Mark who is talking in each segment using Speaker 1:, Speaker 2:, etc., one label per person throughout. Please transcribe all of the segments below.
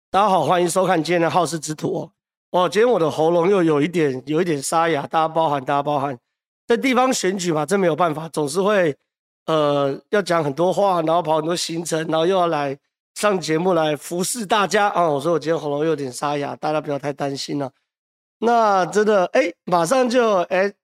Speaker 1: 大家好，欢迎收看今天的好事之徒哦。今天我的喉咙又有一点沙哑，大家包涵。在地方选举嘛，这没有办法，总是会要讲很多话，然后跑很多行程，然后又要来上节目来服侍大家啊。所以我今天喉咙又有点沙哑，大家不要太担心了。那真的马上就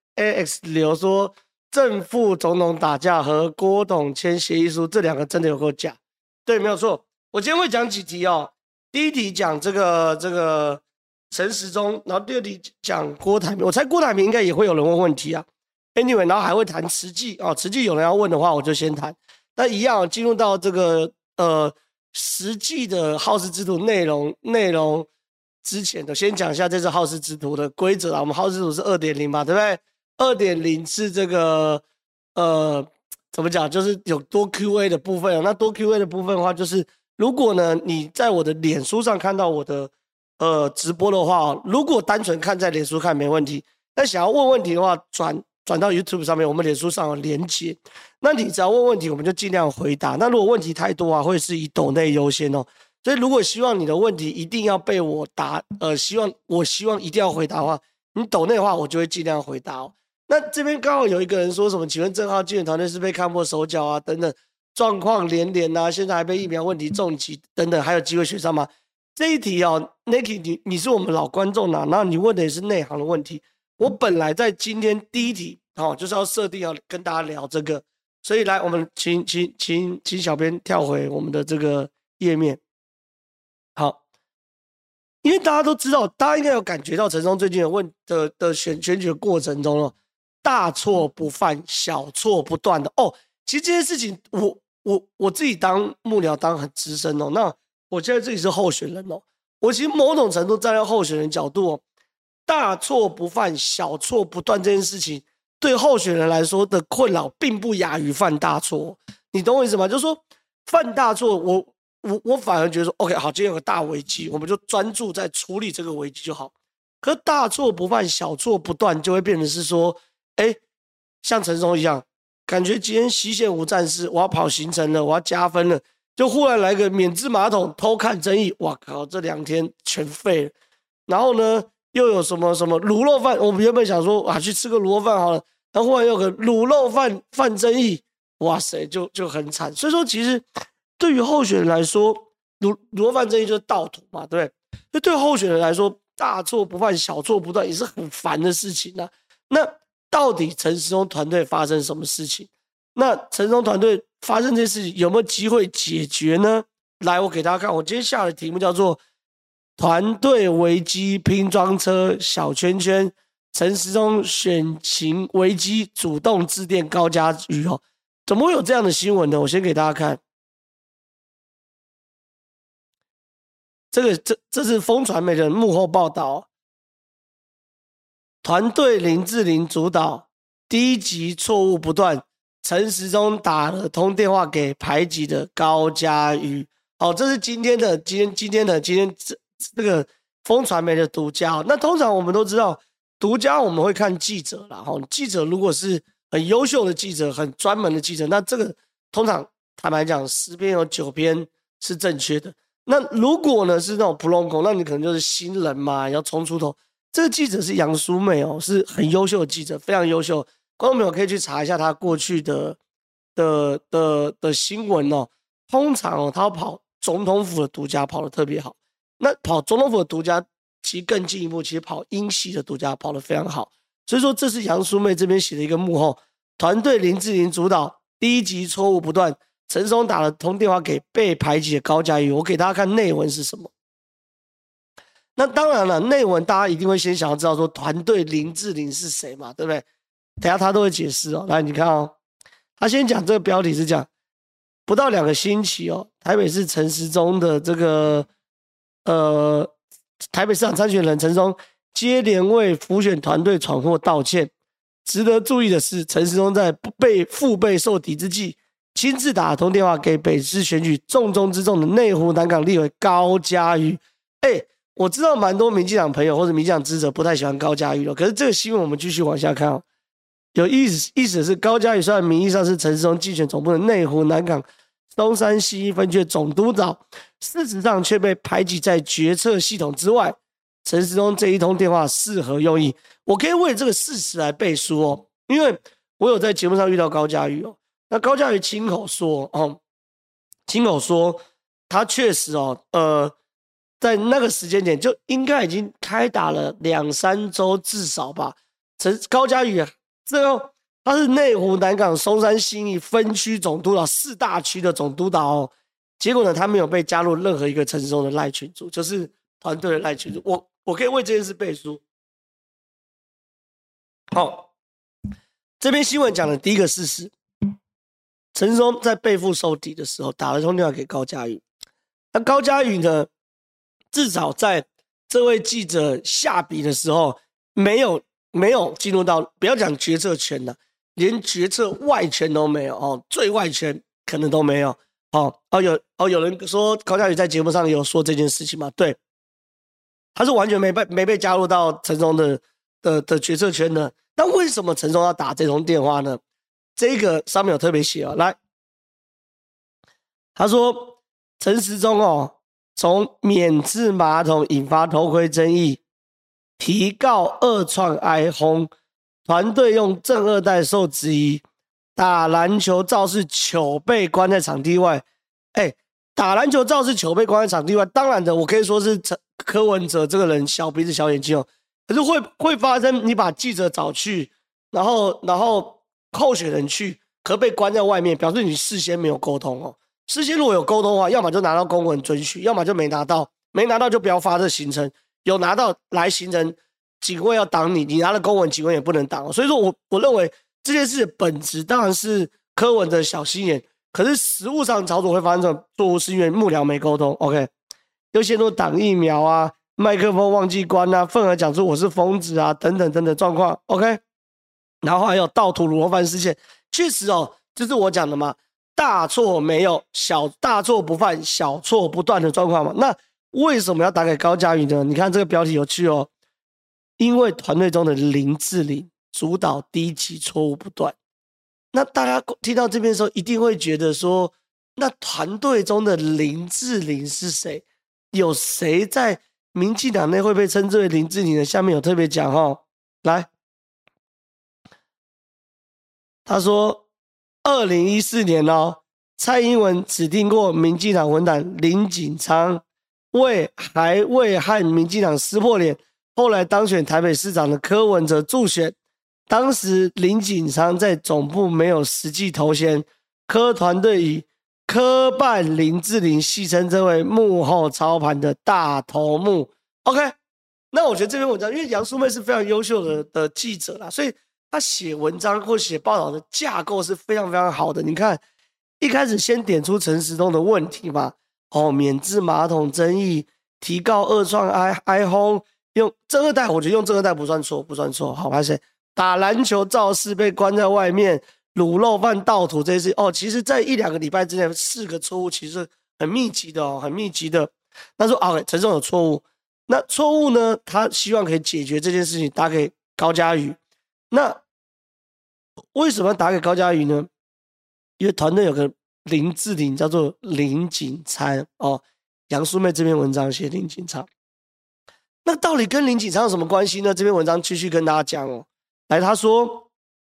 Speaker 1: AX 留说正副总统打架和郭董签协议书，这两个真的有够假。对，没有错。我今天会讲几题哦。第一题讲这个陈时中，然后第二题讲郭台铭。我猜郭台铭应该也会有人问问题啊。Anyway， 然后还会谈慈济哦，慈济有人要问的话，我就先谈。那一样进入到这个实际的好事之徒内容之前的，先讲一下这次好事之徒的规则啊。我们好事之徒是 2.0 嘛，对不对？ 2.0 是这个怎么讲，就是有多 QA 的部分啊。那多 QA 的部分的话，就是如果呢你在我的脸书上看到我的直播的话，如果单纯看在脸书看没问题，但想要问问题的话，转到 YouTube 上面，我们脸书上有连结。那你只要问问题，我们就尽量回答。那如果问题太多啊，会是以抖内优先哦。所以如果希望你的问题一定要被我答，希望一定要回答的话，你抖内的话，我就会尽量回答哦。那这边刚好有一个人说什么，请问正浩竞选团队是被看破手脚啊，等等状况连连啊，现在还被疫苗问题重击等等，还有机会选上吗？这一题哦 ，Nicky 你是我们老观众啊，然后你问的也是内行的问题。我本来在今天第一题就是要设定要跟大家聊这个，所以来我们请小编跳回我们的这个页面。好，因为大家都知道，大家应该有感觉到陈时中最近的选举的过程中哦，大错不犯，小错不断的哦。其实这件事情，我自己当幕僚当很资深哦，那我现在自己是候选人哦，我其实某种程度站在候选人角度哦，大错不犯，小错不断这件事情，对候选人来说的困扰并不亚于犯大错。你懂我意思吗？就是说犯大错，我反而觉得说 ，OK， 好，今天有个大危机，我们就专注在处理这个危机就好。可大错不犯，小错不断，就会变成是说，像陈时中一样，感觉今天西线无战事，我要跑行程了，我要加分了，就忽然来个免治马桶偷看争议，哇靠，这2天全废了。然后呢，又有什么卤肉饭，我们原本想说去吃个卤肉饭好了，然后忽然有个卤肉饭争议，哇塞，就很惨。所以说，其实对于候选人来说，卤肉饭争议就是盗图嘛，对不对？就对候选人来说，大错不犯，小错不断，也是很烦的事情啊。那到底陈时中团队发生什么事情？那陈时中团队发生这些事情有没有机会解决呢？来，我给大家看，我今天下的题目叫做团队危机拼装车小圈圈，陈时中选情危机主动致电高嘉瑜哦。怎么会有这样的新闻呢？我先给大家看，这是风传媒的幕后报道，团队林志玲主导，第一集错误不断，陈时中打了通电话给排挤的高嘉瑜。这是今天这个风传媒的独家。那通常我们都知道，独家我们会看记者啦，记者如果是很优秀的记者，很专门的记者，那这个通常坦白讲10篇有9篇是正确的。那如果呢是那种普通工，那你可能就是新人嘛，要冲出头。这个记者是杨淑美哦，是很优秀的记者，非常优秀。观众朋友可以去查一下他过去的新闻哦。通常他跑总统府的独家跑得特别好，那跑总统府的独家其实更进一步，其实跑英系的独家跑得非常好。所以说这是杨淑妹这边写的一个幕后团队，林志玲主导，第一集错误不断，陈时中打了通电话给被排挤的高嘉瑜。我给大家看内文是什么。那当然了，内文大家一定会先想要知道说团队林志玲是谁嘛，对不对？等一下他都会解释哦。来，你看哦，他先讲这个标题是讲不到2个星期哦，台北市陈时中的这个台北市长参选人陈时中接连为辅选团队闯祸道歉。值得注意的是，陈时中在腹背受敌之际，亲自打通电话给北市选举重中之重的内湖南港立委高嘉瑜。我知道蛮多民进党朋友或者民进党支持者不太喜欢高嘉瑜了，可是这个新闻我们继续往下看哦。有意思的是，高嘉瑜虽然名义上是陈时中竞选总部的内湖南港东山西一分区总督导， 事实上却被排挤在决策系统之外。陈时中这一通电话是何用意？我可以为这个事实来背书哦，因为我有在节目上遇到高嘉瑜哦，那高嘉瑜亲口说他确实在那个时间点就应该已经开打了2-3周至少吧。高嘉瑜最后他是内湖、南港、松山、信义分区总督导4大区的总督导哦，结果呢他没有被加入任何一个陈时中的赖群组，就是团队的赖群组。我可以为这件事背书。好，这篇新闻讲的第一个事实，陈时中在背负受敌的时候打了通电话给高嘉瑜，那高嘉瑜呢，至少在这位记者下笔的时候，没有进入到不要讲决策圈了，连决策外圈都没有哦，最外圈可能都没有有人说高嘉瑜在节目上有说这件事情吗？对，他是完全没被加入到陈时中的决策圈的。那为什么陈时中要打这通电话呢？这个上面有特别写哦，来，他说陈时中从免治马桶引发头盔争议，提告二创哀轰，团队用正二代受质疑，打篮球肇事糗被关在场地外。打篮球肇事糗被关在场地外，当然的，我可以说是柯文哲这个人小鼻子小眼睛哦，可是会发生，你把记者找去，然后候选人去，可被关在外面，表示你事先没有沟通哦。事先如果有沟通的话，要么就拿到公文准许，要么就没拿到，没拿到就不要发这行程，有拿到来行程，警卫要挡你，你拿了公文，警卫也不能挡。所以说我认为这件事的本质当然是柯文哲小心眼。可是实务上操作会发生这种错误，是因为幕僚没沟通 ，OK？ 有些都挡疫苗啊，麦克风忘记关啊，愤而讲出我是疯子啊，等等等等状况 ，OK？ 然后还有盗图卤肉饭事件，确实就是我讲的嘛，大错没有，大错不犯，小错不断的状况嘛。那为什么要打给高嘉瑜呢？你看这个标题有趣哦，因为团队中的林志玲主导低级错误不断。那大家听到这边的时候，一定会觉得说，那团队中的林志玲是谁？有谁在民进党内会被称之为林志玲的？下面有特别讲来，他说，2014年蔡英文指定过民进党混蛋林锦昌，还为和民进党撕破脸，后来当选台北市长的柯文哲助选。当时林锦昌在总部没有实际头衔，柯团队以柯办林志玲戏称这位幕后操盘的大头目。OK， 那我觉得这篇文章，因为杨淑妹是非常优秀的记者啦，所以她写文章或写报道的架构是非常非常好的。你看，一开始先点出陈时中的问题嘛，免治马桶争议，提告二创哀轰，用正二代，我觉得用正二代不算错，好，拍谁？打篮球肇事被关在外面，卤肉饭盗图这些事其实在1-2个礼拜之内4个错误其实很密集的很密集的。那说陈时中有错误，那错误呢，他希望可以解决这件事情，打给高嘉瑜。那为什么要打给高嘉瑜呢？因为团队有个林志玲叫做林锦昌杨淑妹这篇文章写林锦昌，那到底跟林锦昌有什么关系呢？这篇文章继续跟大家讲来，他说，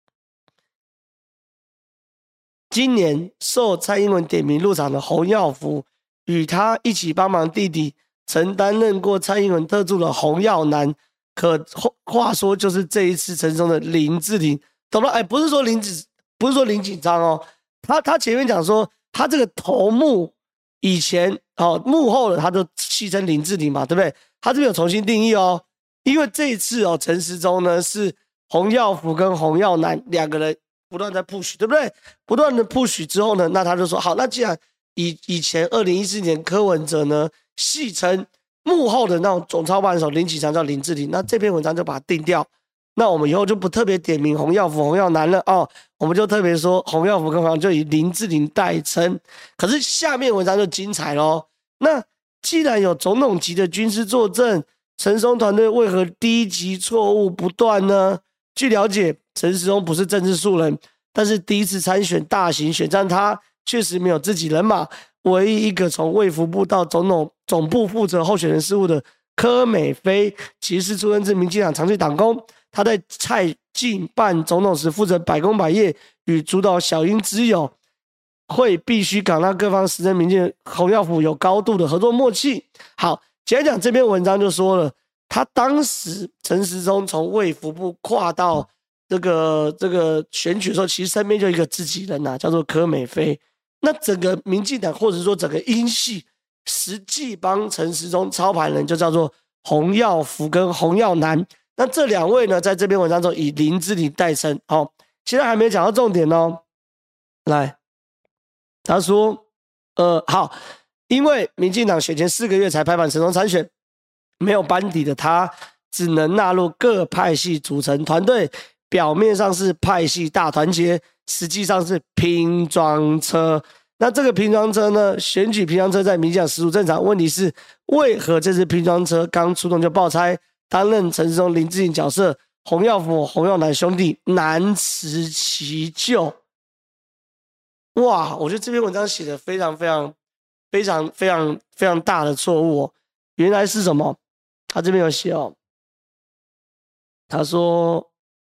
Speaker 1: 今年受蔡英文点名入场的洪耀福，与他一起帮忙弟弟，曾担任过蔡英文特助的洪耀南，可话说就是这一次陈时中的林志玲，懂了？不是说林锦昌他前面讲说他这个头目以前幕后的他就戏称林志玲嘛，对不对？他这边有重新定义因为这一次陈时中呢是洪耀福跟洪耀南2个人不断在 push， 对不对？不断的 push 之后呢，那他就说好，那既然以前2014年柯文哲呢戏称幕后的那种总操盘手林锦昌叫林志玲，那这篇文章就把它定掉。那我们以后就不特别点名洪耀福、洪耀南了我们就特别说洪耀福跟洪耀就以林志玲代称。可是下面文章就精彩咯。那既然有总统级的军师作证，陈时中团队为何低级错误不断呢？据了解，陈时中不是政治素人，但是第一次参选大型选战，他确实没有自己人马。唯一一个从卫福部到总部负责候选人事务的柯美菲，其实是出身自民进党长期党工。他在蔡进办总统时负责百工百业，与主导小英之友会必须港纳各方实政民进洪耀福有高度的合作默契。好，简单讲这篇文章就说了，他当时陈时中从卫福部跨到这个选举的时候，其实身边就一个自己人叫做柯美菲。那整个民进党或者说整个英系实际帮陈时中操盘人就叫做洪耀福跟洪耀南。那这两位呢，在这篇文章中以林志玲代称。现在还没讲到重点哦。来，他说，好，因为民进党选前4个月才拍板陈时中参选，没有班底的他，只能纳入各派系组成团队，表面上是派系大团结，实际上是拼装车。那这个拼装车呢？选举拼装车在民进党实属正常。问题是，为何这支拼装车刚出动就爆拆？担任陈时中、林志颖角色，洪耀福、洪耀南兄弟难辞其咎。哇，我觉得这篇文章写的非常大的错误原来是什么？他这边有写他说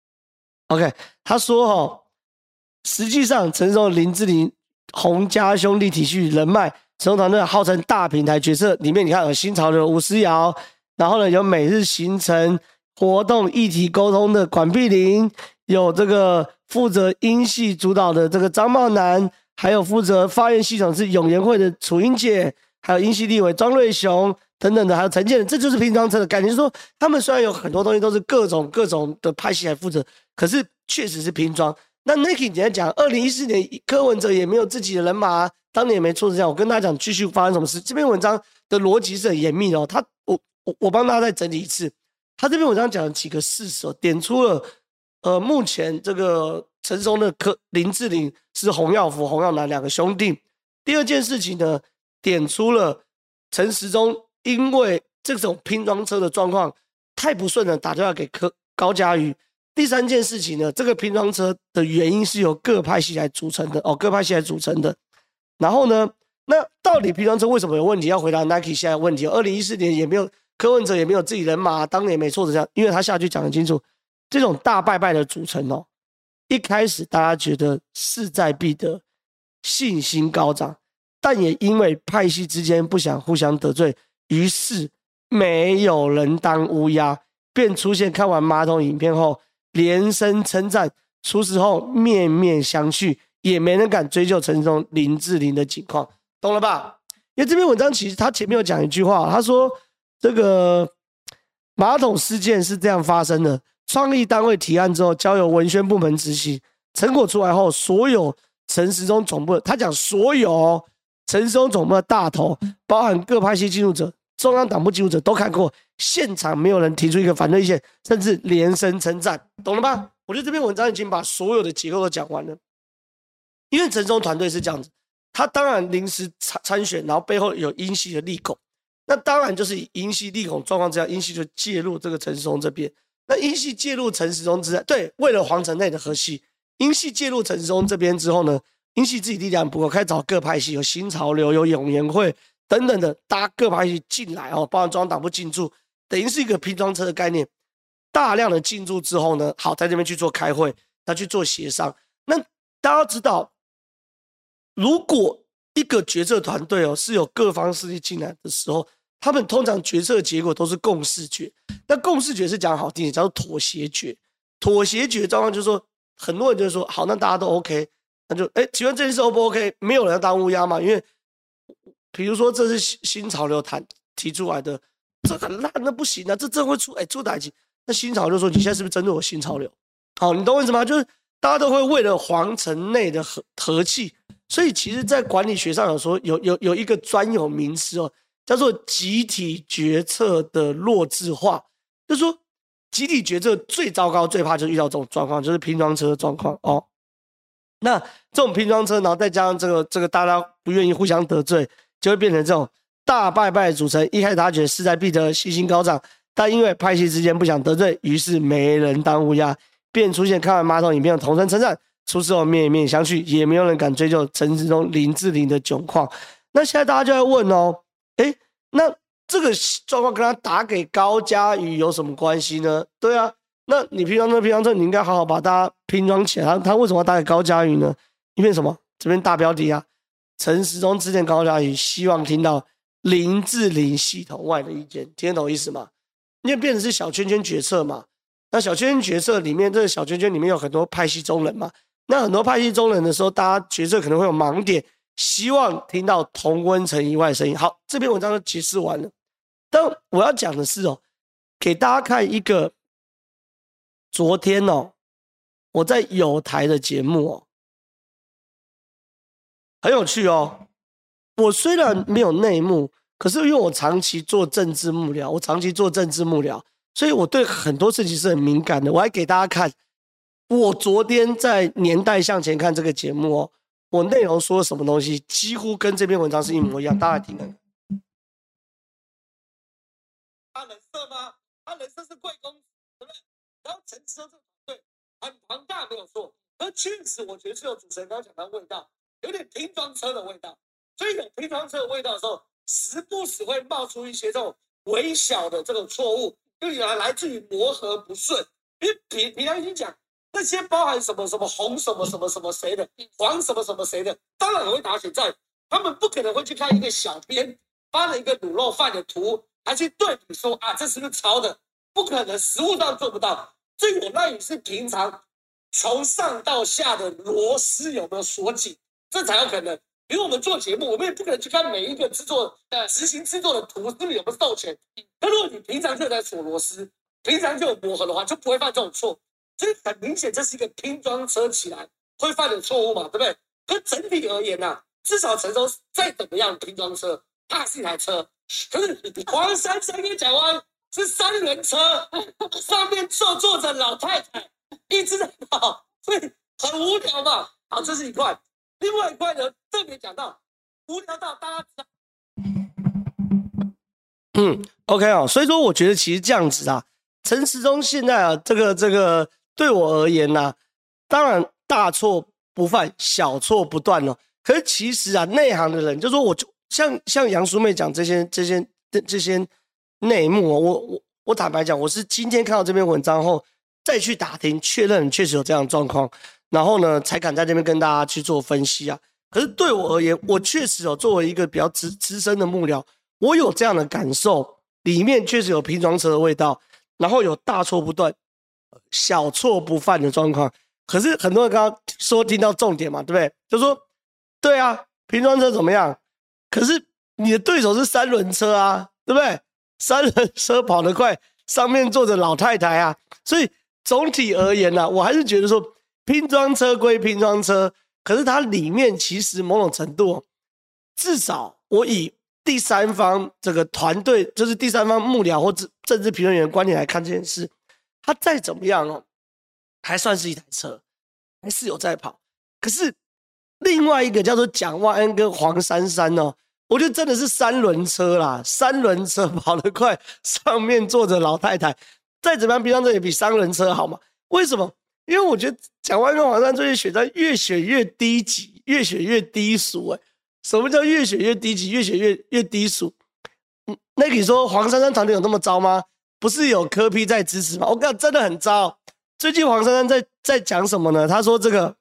Speaker 1: ，OK， 他说实际上陈时中、林志玲、洪家兄弟体系人脉，陈时中团队号称大平台决策，里面你看有新潮流吴思瑶。然后呢，有每日行程活动议题沟通的管碧玲，有这个负责英系主导的这个张茂南，还有负责发言系统是永延会的楚英姐，还有英系立委庄瑞雄等等的，还有陈建仁，这就是拼装车的概念。就是说，他们虽然有很多东西都是各种的派系来负责，可是确实是拼装。那 Nike 简单讲，2014年柯文哲也没有自己的人马，当年也没错这样。我跟大家讲，继续发生什么事。这篇文章的逻辑是很严密的我帮大家再整理一次，他这篇文章讲了几个事实点出了目前这个陈时中的林志玲是洪耀福、洪耀南两个兄弟。第二件事情呢，点出了陈时中因为这种拼装车的状况太不顺了，打电话给高嘉瑜。第三件事情呢，这个拼装车的原因是由各派系来组成的各派系来组成的。然后呢，那到底拼装车为什么有问题？要回答 Nike 现在的问题，2014年也没有。柯文哲也没有自己人马，当年也没错的这样，因为他下去讲得清楚，这种大拜拜的组成一开始大家觉得势在必得，信心高涨，但也因为派系之间不想互相得罪，于是没有人当乌鸦，便出现看完马桶影片后连声称赞，出事后面面相觑，也没人敢追究陈时中、林志玲的情况，懂了吧？因为这篇文章其实他前面有讲一句话，他说这个马桶事件是这样发生的，创意单位提案之后交由文宣部门执行，成果出来后，所有陈时中总部，他讲所有陈时中总部的大头，包含各派系进入者、中央党部进入者都看过，现场没有人提出一个反对意见，甚至连声称赞，懂了吧？我觉得这篇文章已经把所有的结构都讲完了，因为陈时中团队是这样子，他当然临时参选，然后背后有英系的立孔。那当然就是以英系立孔状况之下，英系就介入这个陈时中这边。那英系介入陈时中之下，对，为了皇城内的和系，英系介入陈时中这边之后呢，英系自己力量不够，开始找各派系，有新潮流、有永延会等等的，搭各派系进来包含中央党部进驻，等于是一个拼装车的概念。大量的进驻之后呢，好，在这边去做开会，要去做协商。那大家知道，如果一个决策团队是有各方势力进来的时候，他们通常决策的结果都是共识决。那共识决是讲好听点叫做妥协决。妥协决状况就是说，很多人就说好，那大家都 OK， 那就请问这件事 O 不 OK？ 没有人要当乌鸦嘛？因为比如说这是新潮流提出来的，这很烂，那不行啊，这真会出代志。那新潮流说你现在是不是针对我新潮流？好，你懂我意思吗？就是大家都会为了皇城内的和气。所以其实在管理学上有说有一个专有名词叫做集体决策的弱智化，就是说集体决策最糟糕最怕就是遇到这种状况，就是拼装车的状况那这种拼装车然后再加上这个大家不愿意互相得罪，就会变成这种大拜拜组成。一开始大家觉得势在必得，信心高涨，但因为派系之间不想得罪，于是没人当乌鸦，便出现看完马桶影片的同声称赞， 出事后面面相觑，也没有人敢追究陈时中林志玲的窘况。那现在大家就在问哦，哎，那这个状况跟他打给高嘉瑜有什么关系呢？对啊，那你平常这你应该好好把大家拼装起来。他为什么要打给高嘉瑜呢？因为什么？这边大标题啊，陈时中致电高嘉瑜，希望听到林志玲系统外的意见，听得懂意思吗？因为变成是小圈圈决策嘛。那小圈圈决策里面，这个小圈圈里面有很多派系中人嘛。那很多派系中人的时候，大家决策可能会有盲点，希望听到同温层以外的声音。好，这篇文章就解释完了。但我要讲的是哦，给大家看一个昨天哦，我在友台的节目哦，很有趣哦。我虽然没有内幕，可是因为我长期做政治幕僚，所以我对很多事情是很敏感的。我还给大家看，我昨天在《年代向前看》这个节目哦，我内容说了什么东西，几乎跟这篇文章是一模一样。大家来听看看。
Speaker 2: 他人设吗？他人设是贵公子，对不对？然后陈时中这个团队很庞大，没有错。而确实，我觉得是有主持人刚刚讲的味道，有点拼装车的味道。所以有拼装车的味道的时候，时不时会冒出一些这种微小的这种错误，就来自于磨合不顺。因为平常已经讲那些包含什么什么红什么什么什么谁的，黄什么什么谁的，当然很会打选战，他们不可能会去看一个小编发了一个卤肉饭的图，还去对比说啊，这是不是抄的？不可能，实物上做不到。这有赖于是平常从上到下的螺丝有没有锁紧，这才有可能。比如我们做节目，我们也不可能去看每一个执行制作的图是不是有没有授权。那如果你平常就在锁螺丝，平常就有磨合的话，就不会犯这种错。所以很明显，这是一个拼装车起来会犯的错误嘛，对不对？可整体而言啊，至少陈州再怎么样拼装车，它还是一台车。可是黄珊珊跟蒋万安是3轮车，上面坐着老太太，一直在跑，所以很无聊嘛。好，这是一块。另外一块呢，特别讲到无聊到大家知道。
Speaker 1: OK 哦，所以说我觉得其实这样子啊，陈时中现在啊，这个对我而言啊，当然大错不犯，小错不断哦。可是其实啊，内行的人就说，我就像杨淑妹讲这些内幕哦，我坦白讲，我是今天看到这篇文章后再去打听，确认确实有这样的状况。然后呢，才敢在这边跟大家去做分析啊。可是对我而言，我确实有作为一个比较资深的幕僚，我有这样的感受，里面确实有拼装车的味道，然后有大错不断、小错不犯的状况。可是很多人刚刚说听到重点嘛，对不对？就说对啊，拼装车怎么样？可是你的对手是3轮车啊，对不对？3轮车跑得快，上面坐着老太太啊，所以总体而言啊，我还是觉得说。拼装车归拼装车，可是它里面其实某种程度，至少我以第三方这个团队，就是第三方幕僚或政治评论员观点来看这件事，它再怎么样哦，还算是一台车，还是有在跑。可是另外一个叫做蒋万安跟黄珊珊哦，我觉得真的是3轮车啦，3轮车跑得快，上面坐着老太太，再怎么样拼装车也比3轮车好嘛？为什么？因为我觉得蒋万安跟黄珊珊最近选战越选越低级，越选越低俗。什么叫越选越低级，越选越低俗？那你说黄珊珊团队有那么糟吗？不是有柯 P 在支持吗？我跟你讲，真的很糟。最近黄珊珊在讲什么呢？他说这个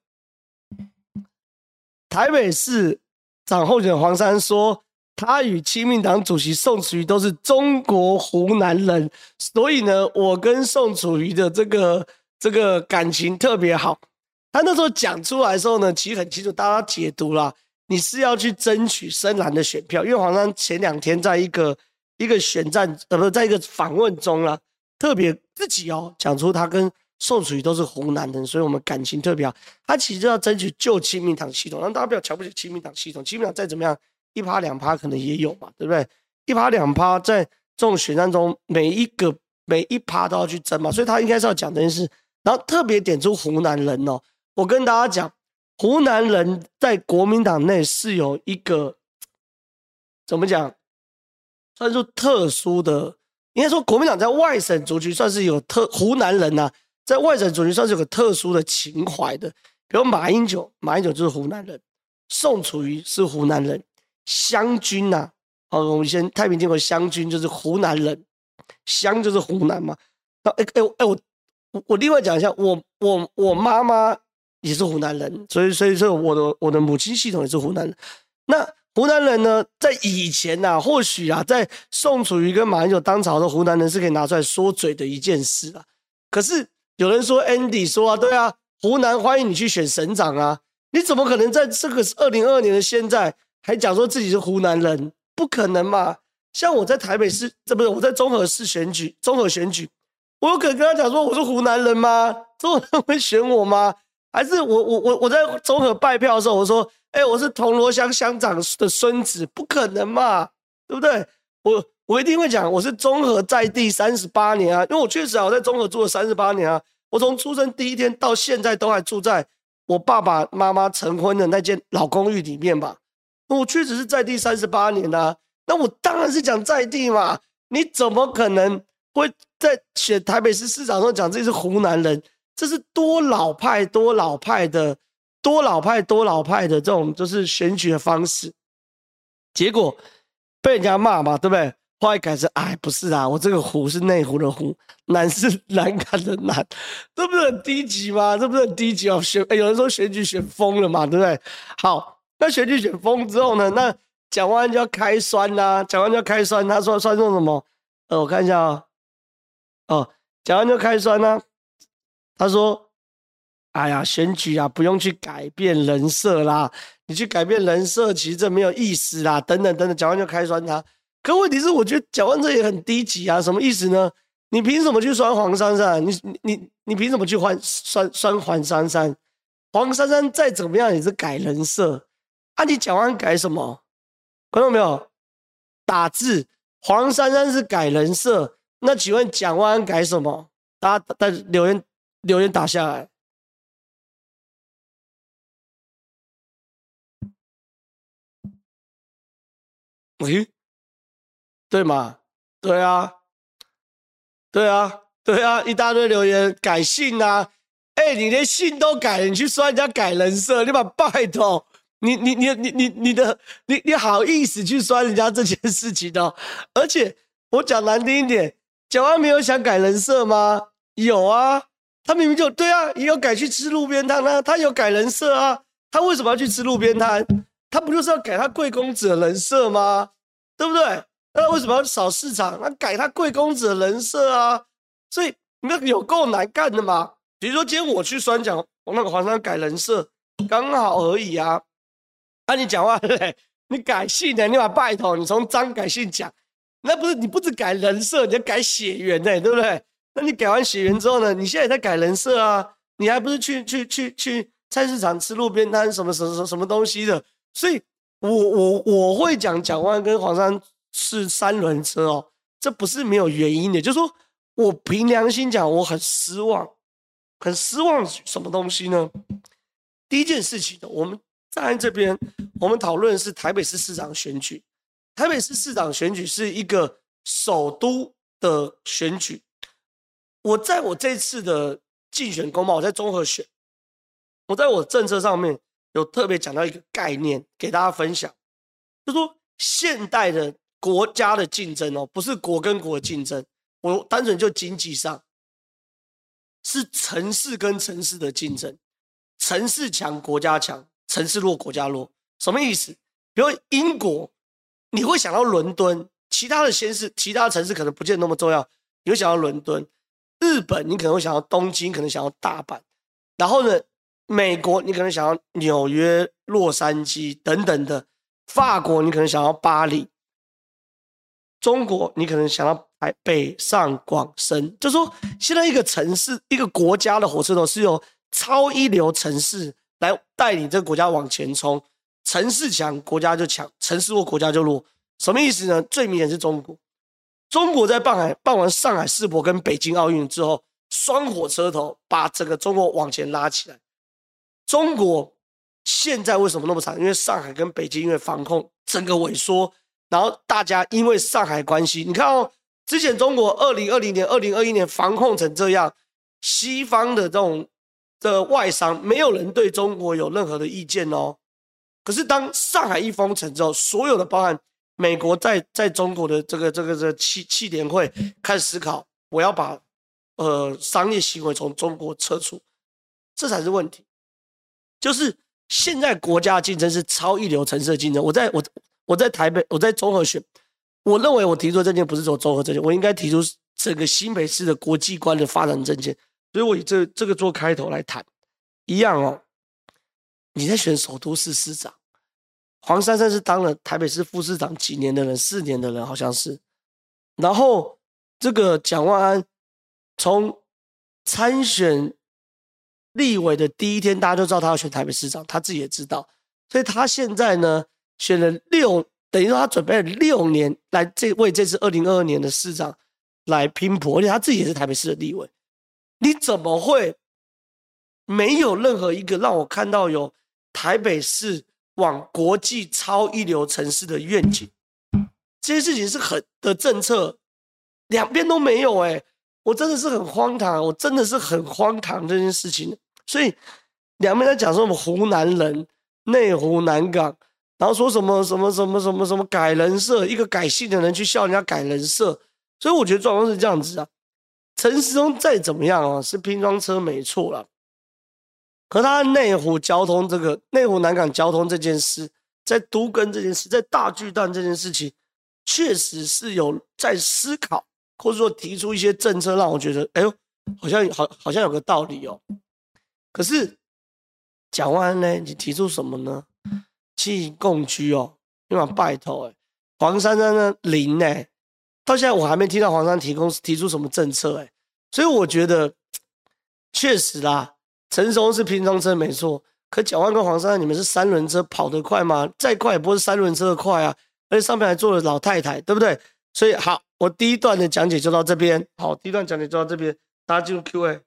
Speaker 1: 台北市长候选人黄珊珊说，他与亲民党主席宋楚瑜都是中国湖南人，所以呢，我跟宋楚瑜的这个感情特别好。他那时候讲出来的时候呢，其实很清楚，大家解读啦，你是要去争取深蓝的选票，因为黄珊前2天在一个选战，不，在一个访问中啦，特别自己讲出他跟宋楚瑜都是湖南人，所以我们感情特别好。他其实要争取旧亲民党系统，让大家不要瞧不起亲民党系统，亲民党再怎么样1%、2%可能也有嘛，对不对？1%、2%在这种选战中，每一%都要去争嘛，所以他应该是要讲这件事。然后特别点出湖南人哦，我跟大家讲，湖南人在国民党内是有一个怎么讲，算是特殊的，应该说国民党在外省族群算是有湖南人啊，在外省族群算是有个特殊的情怀的。 比如马英九就是湖南人，宋楚瑜是湖南人，湘军呐、我们以前太平天国湘军就是湖南人，湘就是湖南嘛。那我另外讲一下，我妈妈也是湖南人，所以我的母亲系统也是湖南人。那湖南人呢，在以前啊，或许啊，在宋楚瑜跟马英九当朝的湖南人是可以拿出来说嘴的一件事啊。可是有人说 Andy 说啊，对啊，湖南欢迎你去选省长啊，你怎么可能在这个2022年的现在还讲说自己是湖南人？不可能嘛！像我在台北市，这不是我在综合选举，我有可能跟他讲说我是湖南人吗？中和人会选我吗？还是我在综合拜票的时候，我说，我是铜锣乡乡长的孙子，不可能嘛，对不对？我一定会讲我是综合在地38年啊，因为我确实啊，我在综合住了38年啊，我从出生第一天到现在都还住在我爸爸妈妈成婚的那间老公寓里面吧。我确实是在地38年啊，那我当然是讲在地嘛，你怎么可能会在选台北市市长的时候讲自己是湖南人？这是多老派的这种就是选举的方式，结果被人家骂嘛，对不对？后来改成不是啊，我这个湖是内湖的湖，南是南港的南，这不是很低级吗？这不是很低级哦？有人说选举选疯了嘛，对不对？好，那选举选疯之后呢，那蒋万安就要开酸啦，他说酸中什么？我看一下蒋万安就开酸啦。他说：“哎呀，选举啊，不用去改变人设啦，你去改变人设，其实这没有意思啦，等等等等。”蒋万安就开酸他。可问题是，我觉得蒋万安这也很低级啊，什么意思呢？你凭什么去酸黄珊珊？你凭什么去酸黄珊珊？黄珊珊再怎么样也是改人设啊！你蒋万安改什么？观众朋友，打字黄珊珊是改人设，那请问蒋万安改什么？大家在留言打下来。对嘛？对啊，一大堆留言改姓啊！你连姓都改了，你去说人家改人设，你把拜托，你好意思去说人家这件事情哦？而且我讲难听一点，蒋万安没有想改人设吗？有啊。他明明就对啊，也有改去吃路边摊啊，他有改人设啊，他为什么要去吃路边摊？他不就是要改他贵公子的人设吗？对不对？那他为什么要扫市场？他改他贵公子的人设啊，所以那个有够难干的嘛。比如说今天我去酸讲我那个黄珊改人设，刚好而已啊。你讲话嘞，你改姓的，你把拜头，你从张改姓讲，那不是你不止改人设，你要改血缘的，对不对？那你改完血缘之后呢？你现在也在改人设啊？你还不是去菜市场吃路边摊什么东西的？所以我会讲蒋万安跟黄珊是3轮车哦，这不是没有原因的。就是说我凭良心讲，我很失望什么东西呢？第一件事情呢，我们站在这边，我们讨论的是台北市市长选举。台北市市长选举是一个首都的选举。我在我这次的竞选公报，我在综合选，我在我政策上面有特别讲到一个概念给大家分享，就是说现代的国家的竞争不是国跟国的竞争，我单纯就经济上是城市跟城市的竞争，城市强国家强，城市弱国家弱。什么意思？比如英国，你会想到伦敦，其他的城市可能不见得那么重要，你会想到伦敦。日本你可能会想到东京，可能想到大阪，然后呢，美国你可能想到纽约、洛杉矶等等的，法国你可能想到巴黎，中国你可能想到北上广深。就是说现在一个城市一个国家的火车头是由超一流城市来带领这个国家往前冲，城市强国家就强，城市弱国家就弱。什么意思呢？最明显是中国。中国在办完上海世博跟北京奥运之后，双火车头把整个中国往前拉起来。中国现在为什么那么惨？因为上海跟北京因为防控整个萎缩，然后大家因为上海关系，你看之前中国2020年、2021年防控成这样，西方的这种的外商，没有人对中国有任何的意见哦。可是当上海一封城之后，所有的包含美国在中国的这个气联会开始思考，我要把商业行为从中国撤出，这才是问题。就是现在国家的竞争是超一流城市的竞争。我在台北，我在中和选，我认为我提出的政见不是走中和政见，我应该提出整个新北市的国际观的发展政见。所以我以这个做开头来谈，一样哦。你在选首都市市长，黄珊珊是当了台北市副市长几年的人，4年的人好像是。然后这个蒋万安从参选立委的第一天，大家就知道他要选台北市长，他自己也知道，所以他现在呢选了等于说他准备了6年来为这次2022年的市长来拼搏，而且他自己也是台北市的立委。你怎么会没有任何一个让我看到有台北市往国际超一流城市的愿景？这些事情是很的政策，两边都没有我真的是很荒唐，我真的是很荒唐这件事情。所以两边在讲说我们湖南人、内湖南港，然后说什么改人设，一个改姓的人去笑人家改人设，所以我觉得状况是这样子啊。陈时中再怎么样是拼装车没错啦，可他内湖交通内湖南港交通这件事，在都更这件事，在大巨蛋这件事情，确实是有在思考，或者说提出一些政策，让我觉得，哎呦，好像有个道理哦。可是蒋万安呢，你提出什么呢？去共居哦，你把拜托黄珊珊呢零到现在我还没听到黄珊提出什么政策所以我觉得确实啦，陈时中是拼装车没错，可蒋万安跟黄珊珊你们是3轮车，跑得快吗？再快也不是3轮车的快啊，而且上面还坐了老太太，对不对？所以好，我第一段的讲解就到这边。好，第一段讲解就到这边，大家进入 Q&A。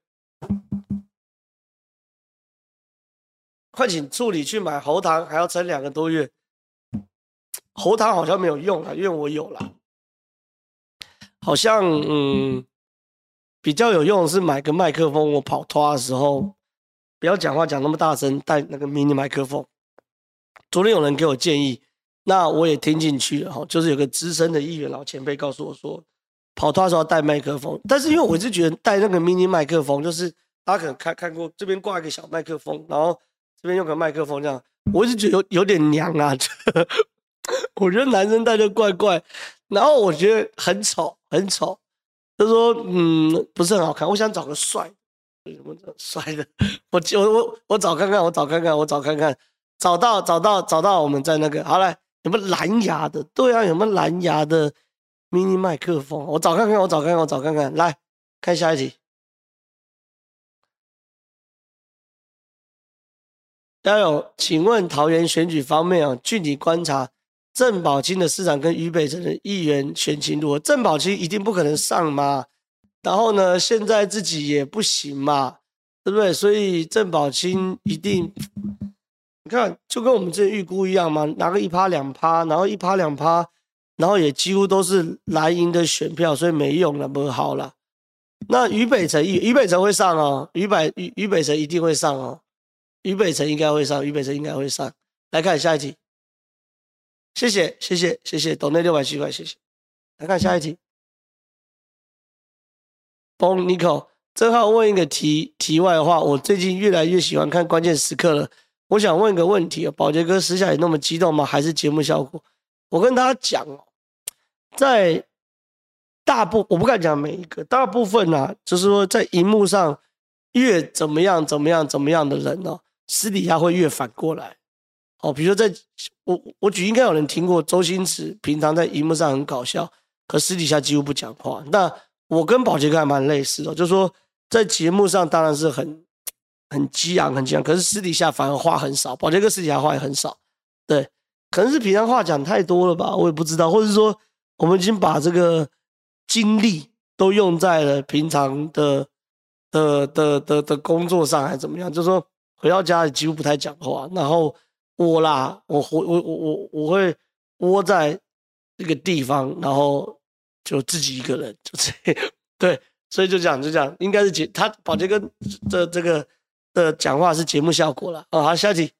Speaker 1: 快请助理去买喉糖，还要撑2个多月。喉糖好像没有用因为我有啦。好像比较有用的是买个麦克风，我跑拖的时候不要讲话讲那么大声，带那个 mini 麦克风。昨天有人给我建议，那我也听进去了就是有个资深的议员老前辈告诉我说，跑拖的时候要带麦克风，但是因为我一直觉得带那个 mini 麦克风，就是大家可能看过这边挂一个小麦克风，然后这边用个麦克风这样，我一直觉得有点娘啊，我觉得男生带就怪怪，然后我觉得很丑，他说不是很好看，我想找个帅的，什么帅的，我找看看，找到我们在那个好来，有没有蓝牙的？对啊，有没有蓝牙的 mini 麦克风？我找看看，来看下一题。加油！请问桃园选举方面具体观察郑宝清的市长跟于北辰的议员选情如何？郑宝清一定不可能上嘛，然后呢，现在自己也不行嘛，对不对？所以郑宝清一定，你看就跟我们之前预估一样嘛，拿个1%、2%，然后1%、2%，然后也几乎都是蓝营的选票，所以没用了，不好了。那于北辰会上于北辰一定会上于北辰应该会上，来看下一题。谢谢，抖内670块，谢谢。来看下一题。崩 Nico， 正好问一个题外话，我最近越来越喜欢看关键时刻了。我想问一个问题宝杰哥私下也那么激动吗？还是节目效果？我跟大家讲在我不敢讲每一个，大部分就是说在荧幕上越怎么样的人私底下会越反过来。比如说我举应该有人听过周星驰平常在荧幕上很搞笑，可私底下几乎不讲话。那我跟宝杰哥还蛮类似就是说在节目上当然是很激昂，可是私底下反而话很少。宝杰哥私底下话也很少，对，可能是平常话讲太多了吧，我也不知道，或者说我们已经把这个精力都用在了平常的工作上，还是怎么样？就是说回到家里几乎不太讲话，然后我会窝在这个地方，然后就自己一个人，就这样对，所以就这样，应该是宝杰哥这个的讲话是节目效果了。好，下题。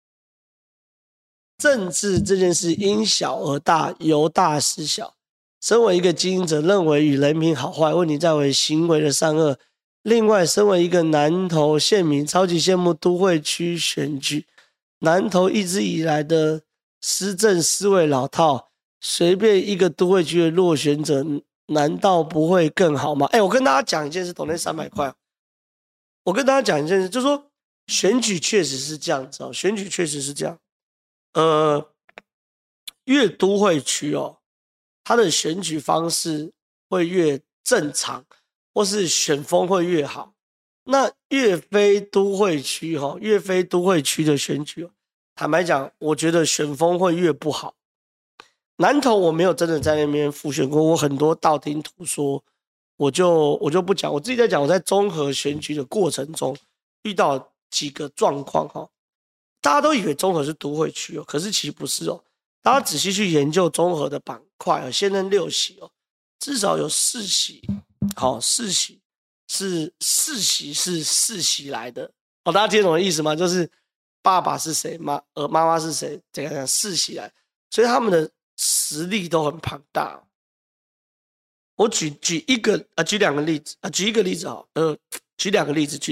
Speaker 1: 政治这件事因小而大，由大失小。身为一个经营者，认为与人品好坏，问题在为行为的善恶。另外，身为一个南投县民，超级羡慕都会区选举。南投一直以来的施政思维老套，随便一个都会区的落选者，难道不会更好吗？我跟大家讲一件事，抖内300块。我跟大家讲一件事，就是说选举确实是这样子哦，选举确实是这样。越都会区哦，它的选举方式会越正常，或是选风会越好。那越非都会区哦，越非都会区的选举，坦白讲，我觉得选风会越不好。南投我没有真的在那边辅选过，我很多道听途说，我就不讲。我自己在讲，我在综合选举的过程中遇到几个状况哈。大家都以为中和是都会区哦，可是其实不是哦。大家仔细去研究中和的板块，现任6席哦，至少有4席，好，4席是4席是4席来的哦。大家听懂的意思吗？就是爸爸是谁，妈妈是谁，这样4席来，所以他们的实力都很庞大。我举2个例子啊，举一个例子好，举2个例子，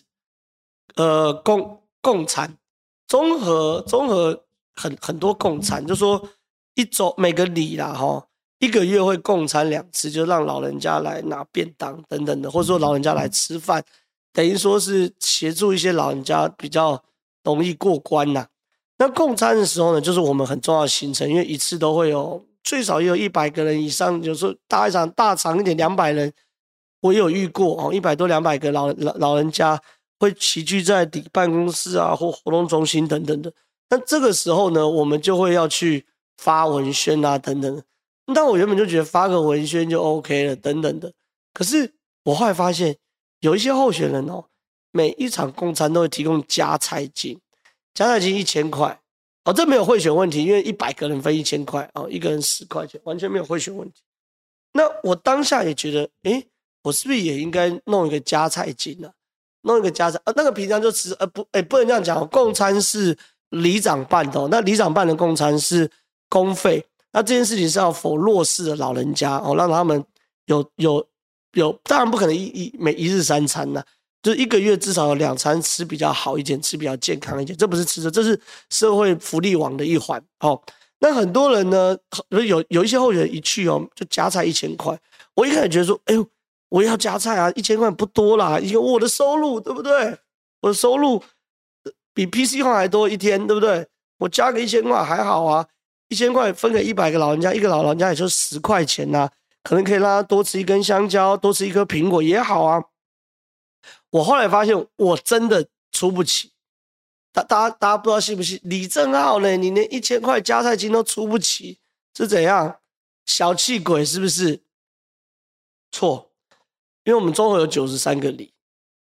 Speaker 1: 共餐。综合很多共餐，就说一周每个里啦1个月会共餐2次，就让老人家来拿便当等等的，或者说老人家来吃饭，等于说是协助一些老人家比较容易过关啦。那共餐的时候呢，就是我们很重要的行程，因为一次都会有最少也有100个人以上，有时候大一场大场一点200人，我也有遇过100多200个老人家。会齐聚在底办公室啊，或活动中心等等的。那这个时候呢，我们就会要去发文宣啊，等等的。但我原本就觉得发个文宣就 OK 了，等等的。可是我后来发现，有一些候选人哦，每一场共餐都会提供加菜金，加菜金1000块哦，这没有贿选问题，因为100个人分1000块哦，一个人10块钱，完全没有贿选问题。那我当下也觉得，我是不是也应该弄一个加菜金呢？弄一个加餐那个平常就吃不能这样讲共餐是里长办的那里长办的共餐是公费，那这件事情是要否弱势的老人家让他们有，当然不可能每一日3餐啦，就是1个月至少有2餐吃比较好一点，吃比较健康一点，这不是吃的，这是社会福利网的一环那很多人呢，有一些候选人一去就加菜1000块，我一开始觉得说，我要加菜啊，1000块不多啦，因为我的收入对不对？我的收入比 PC 换还多一天，对不对？我加个1000块还好啊，1000块分给100个老人家，一个老人家也就10块钱啊，可能可以让他多吃一根香蕉，多吃一颗苹果也好啊。我后来发现我真的出不起，大家不知道信不信？李正浩呢，你连1000块加菜金都出不起，是怎样？小气鬼是不是？错。因为我们综合有93个里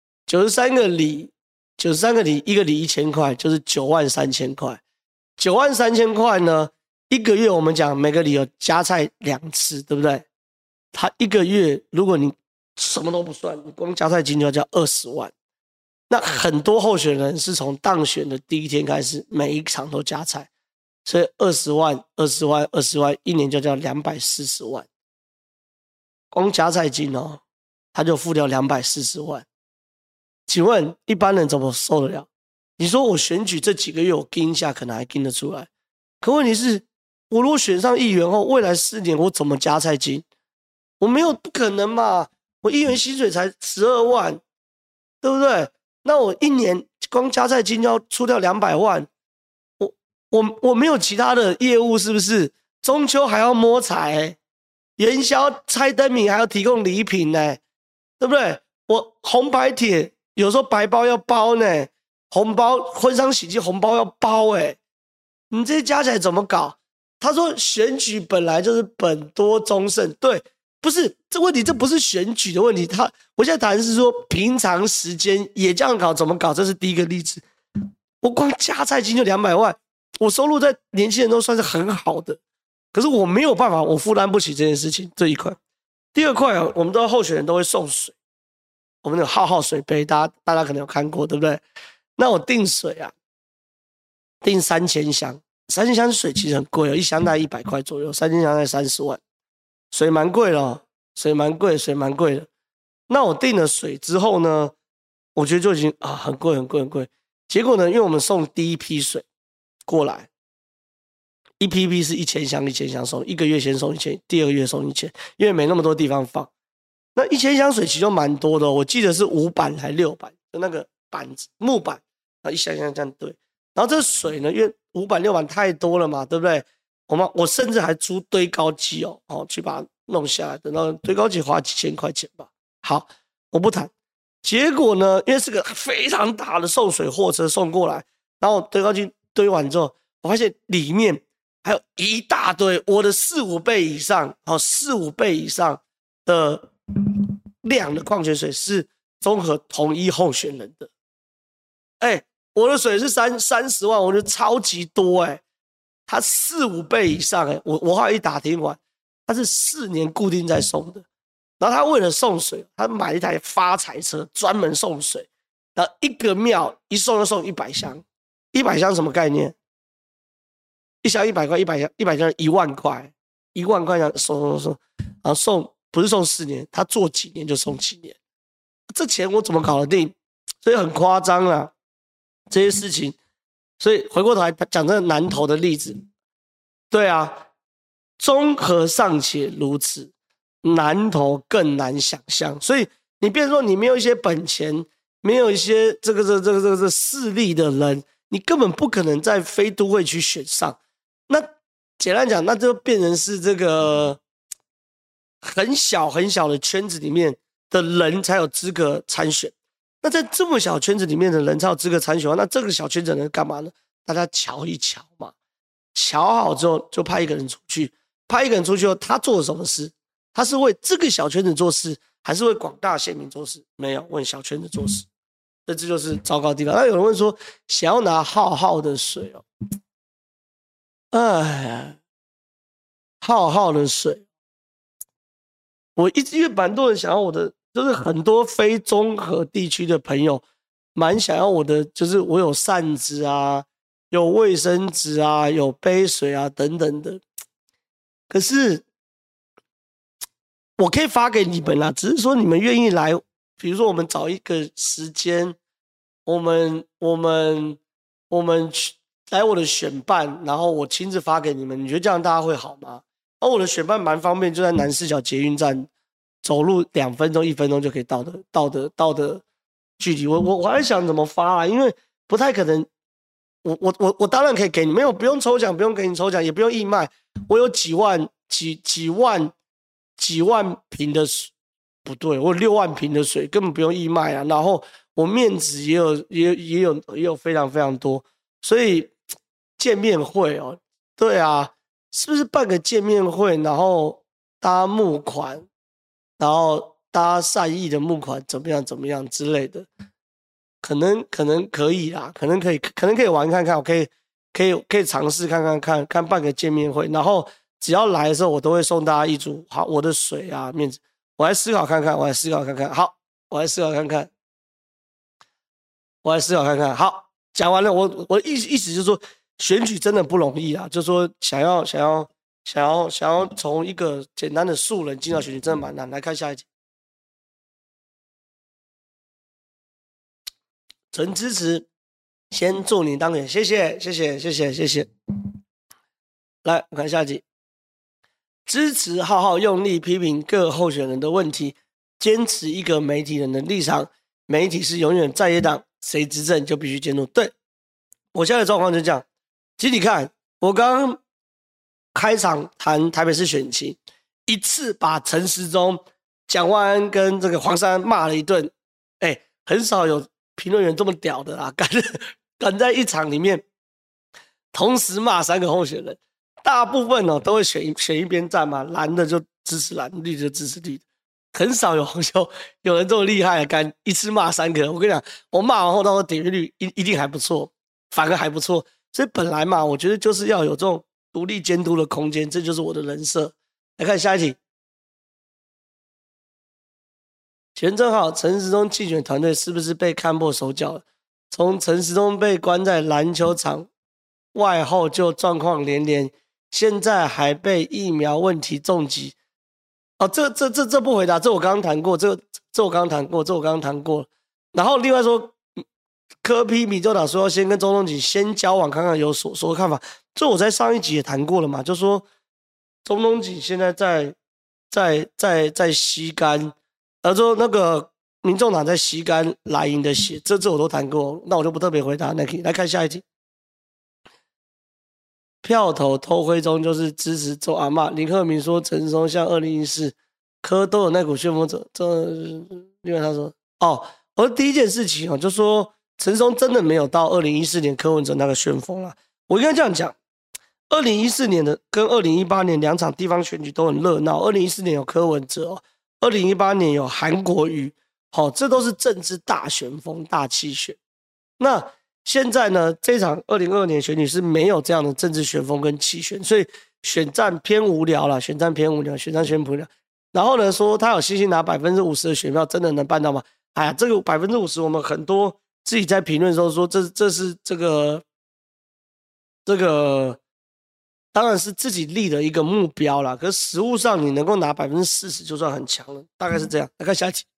Speaker 1: ，93个里，1个里1000块，就是93000块。93000块呢，1个月我们讲每个里有加菜2次，对不对？他1个月如果你什么都不算，你光加菜金就要交20万。那很多候选人是从当选的第一天开始，每一场都加菜，所以20万，1年就叫240万。光加菜金他就付掉240万，请问一般人怎么受得了？你说我选举这几个月我盯一下，可能还盯得出来，可问题是，我如果选上议员后，未来4年我怎么加菜金？我没有，不可能嘛！我议员薪水才12万，对不对？那我1年光加菜金就要出掉200万，我没有其他的业务，是不是？中秋还要摸彩元宵猜灯谜还要提供礼品对不对？我红白帖有时候白包要包呢，红包婚丧喜庆红包要包你这些加起来怎么搞？他说选举本来就是本多终胜，对，不是这问题，这不是选举的问题。我现在谈的是说平常时间也这样搞，怎么搞？这是第一个例子。我光加菜金就200万，我收入在年轻人都算是很好的，可是我没有办法，我负担不起这件事情这一块。第二块我们都候选人都会送水， 我们有浩浩水杯，大家可能有看过，对不对？那我订水啊，订3000箱，3000箱水其实很贵哦，一箱大概100块左右，3000箱大概30万，水蛮贵的哦，水蛮贵的。那我订了水之后呢，我觉得就已经很贵。结果呢，因为我们送第一批水过来，一批是1000箱送，1个月先送1000，第2个月送1000，因为没那么多地方放。那1000箱水其实蛮多的哦，我记得是5板还6板，就那个板子木板，然后一箱这样堆。然后这个水呢，因为5板6板太多了嘛，对不对？我甚至还租堆高机哦，去把它弄下来，等到堆高机花几千块钱吧。好，我不谈。结果呢，因为是个非常大的送水货车送过来，然后堆高机堆完之后，我发现里面还有一大堆我的4、5倍以上，4、5倍以上的量的矿泉水是综合同一候选人的。我的水是30万，我觉得超级多它4、5倍以上我后来一打听完，它是4年固定在送的。然后他为了送水，他买一台发财车专门送水，然后一个庙一送就送100箱，100箱什么概念？一箱100块，100箱1万块，1万块这样送，然后送不是送4年，他做几年就送几年，这钱我怎么搞得定？所以很夸张啊，这些事情。所以回过头来讲这个南投的例子，对啊，中和尚且如此。南投更难想象，所以你变成说你没有一些本钱，没有一些这个势力的人，你根本不可能在非都会区选上。那简单讲，那就变成是这个很小的圈子里面的人才有资格参选。那在这么小圈子里面的人才有资格参选，那这个小圈子的人干嘛呢？大家瞧一瞧嘛，瞧好之后就派一个人出去，派一个人出去后，他做了什么事？他是为这个小圈子做事，还是为广大县民做事？没有，为小圈子做事。这就是糟糕的地方。那有人问说，想要拿浩浩的水浩浩的水，因为蛮多人想要我的，就是很多非中和地区的朋友蛮想要我的，就是我有扇子啊，有卫生纸啊，有杯水啊等等的。可是我可以发给你们啦，只是说你们愿意来，比如说我们找一个时间，我们去来我的选办，然后我亲自发给你们，你觉得这样大家会好吗？而我的选办蛮方便，就在南四角捷运站，走路2分钟1分钟就可以到的距离。我还在想怎么发啊，因为不太可能。我当然可以给你，没有不用抽奖，不用给你抽奖，也不用义卖。我有几万瓶的水，不对，我有6万瓶的水，根本不用义卖啊。然后我面子也有非常非常多，所以见面会对啊，是不是办个见面会，然后大家募款，然后大家善意的募款，怎么样之类的，可能可以啦，可能可以玩看看，我可以尝试看办个见面会，然后只要来的时候，我都会送大家一组好我的水啊面子，我来思考看看，好，我来思考看看，好，讲完了，我意思就是说，选举真的不容易啊，就是说想要从一个简单的素人进到选举，真的蛮难。来看下一集。纯支持，先祝你当选，谢谢。来，我看下集。支持浩浩用力批评各候选人的问题，坚持一个媒体人的立场，媒体是永远在野党，谁执政就必须监督。对，我现在的状况就这样。其实你看，我刚刚开场谈台北市选情，一次把陈时中、蒋万安跟这个黄珊骂了一顿，很少有评论员这么屌的啦，敢在一场里面同时骂3个候选人，大部分都会选一边站嘛，蓝的就支持蓝，绿的就支持绿的，很少有人这么厉害，敢一次骂3个。我跟你讲，我骂完后到时候点阅率一定还不错，反而还不错。所以本来嘛，我觉得就是要有这种独立监督的空间，这就是我的人设。来看下一题。 全正好，陈时中竞选团队是不是被看破手脚了？从陈时中被关在篮球场外后就状况连连，现在还被疫苗问题重击。哦，这不回答，这我刚刚谈过，这我刚刚谈过。然后另外说，柯 P 民众党说要先跟周东锦先交往，看看有所的看法。这我在上一集也谈过了嘛，就说周东锦现在在吸干，说那个民众党在吸干蓝营的血，这我都谈过，那我就不特别回答。来看下一题。票投偷灰中就是支持周阿嬷。林鹤明说陈时中像2014柯都有那股旋风者，另外他说而第一件事情就说陈时中真的没有到2014年柯文哲那个旋风啦。我应该这样讲，2014年的跟2018年2场地方选举都很热闹。2014年有柯文哲2018年有韩国瑜，这都是政治大旋风大气选。那现在呢，这场2022年选举是没有这样的政治旋风跟气选，所以选战偏无聊了，选战偏无聊。然后呢，说他有信心拿50%的选票，真的能办到吗？哎呀，这个50%，我们很多自己在评论的时候说，这是这个，当然是自己立的一个目标啦。可是实务上，你能够拿40%就算很强了，大概是这样。来看下一题。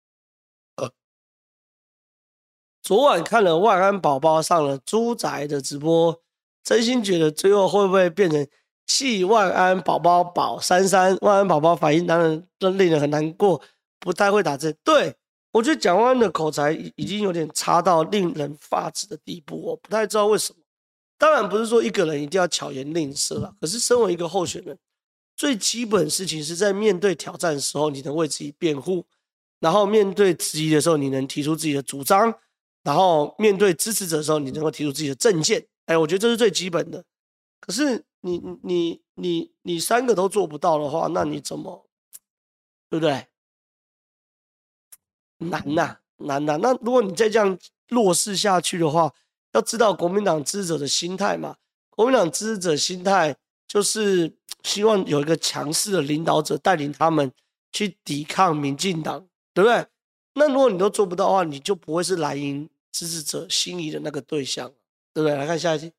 Speaker 1: 昨晚看了万安宝宝上了猪仔的直播，真心觉得最后会不会变成弃万安宝宝保33？万安宝宝反应当然令人很难过，不太会打字。对，我觉得蒋万安的口才已经有点差到令人发指的地步，我不太知道为什么。当然不是说一个人一定要巧言令色啦，可是身为一个候选人，最基本的事情是在面对挑战的时候，你能为自己辩护，然后面对质疑的时候，你能提出自己的主张。然后面对支持者的时候，你能够提出自己的政见，我觉得这是最基本的。可是你三个都做不到的话，那你怎么，对不对？难呐。那如果你再这样弱势下去的话，要知道国民党支持者的心态嘛。国民党支持者心态就是希望有一个强势的领导者带领他们去抵抗民进党，对不对？那如果你都做不到的话，你就不会是蓝营支持者心仪的那个对象，对不对？来看下一题。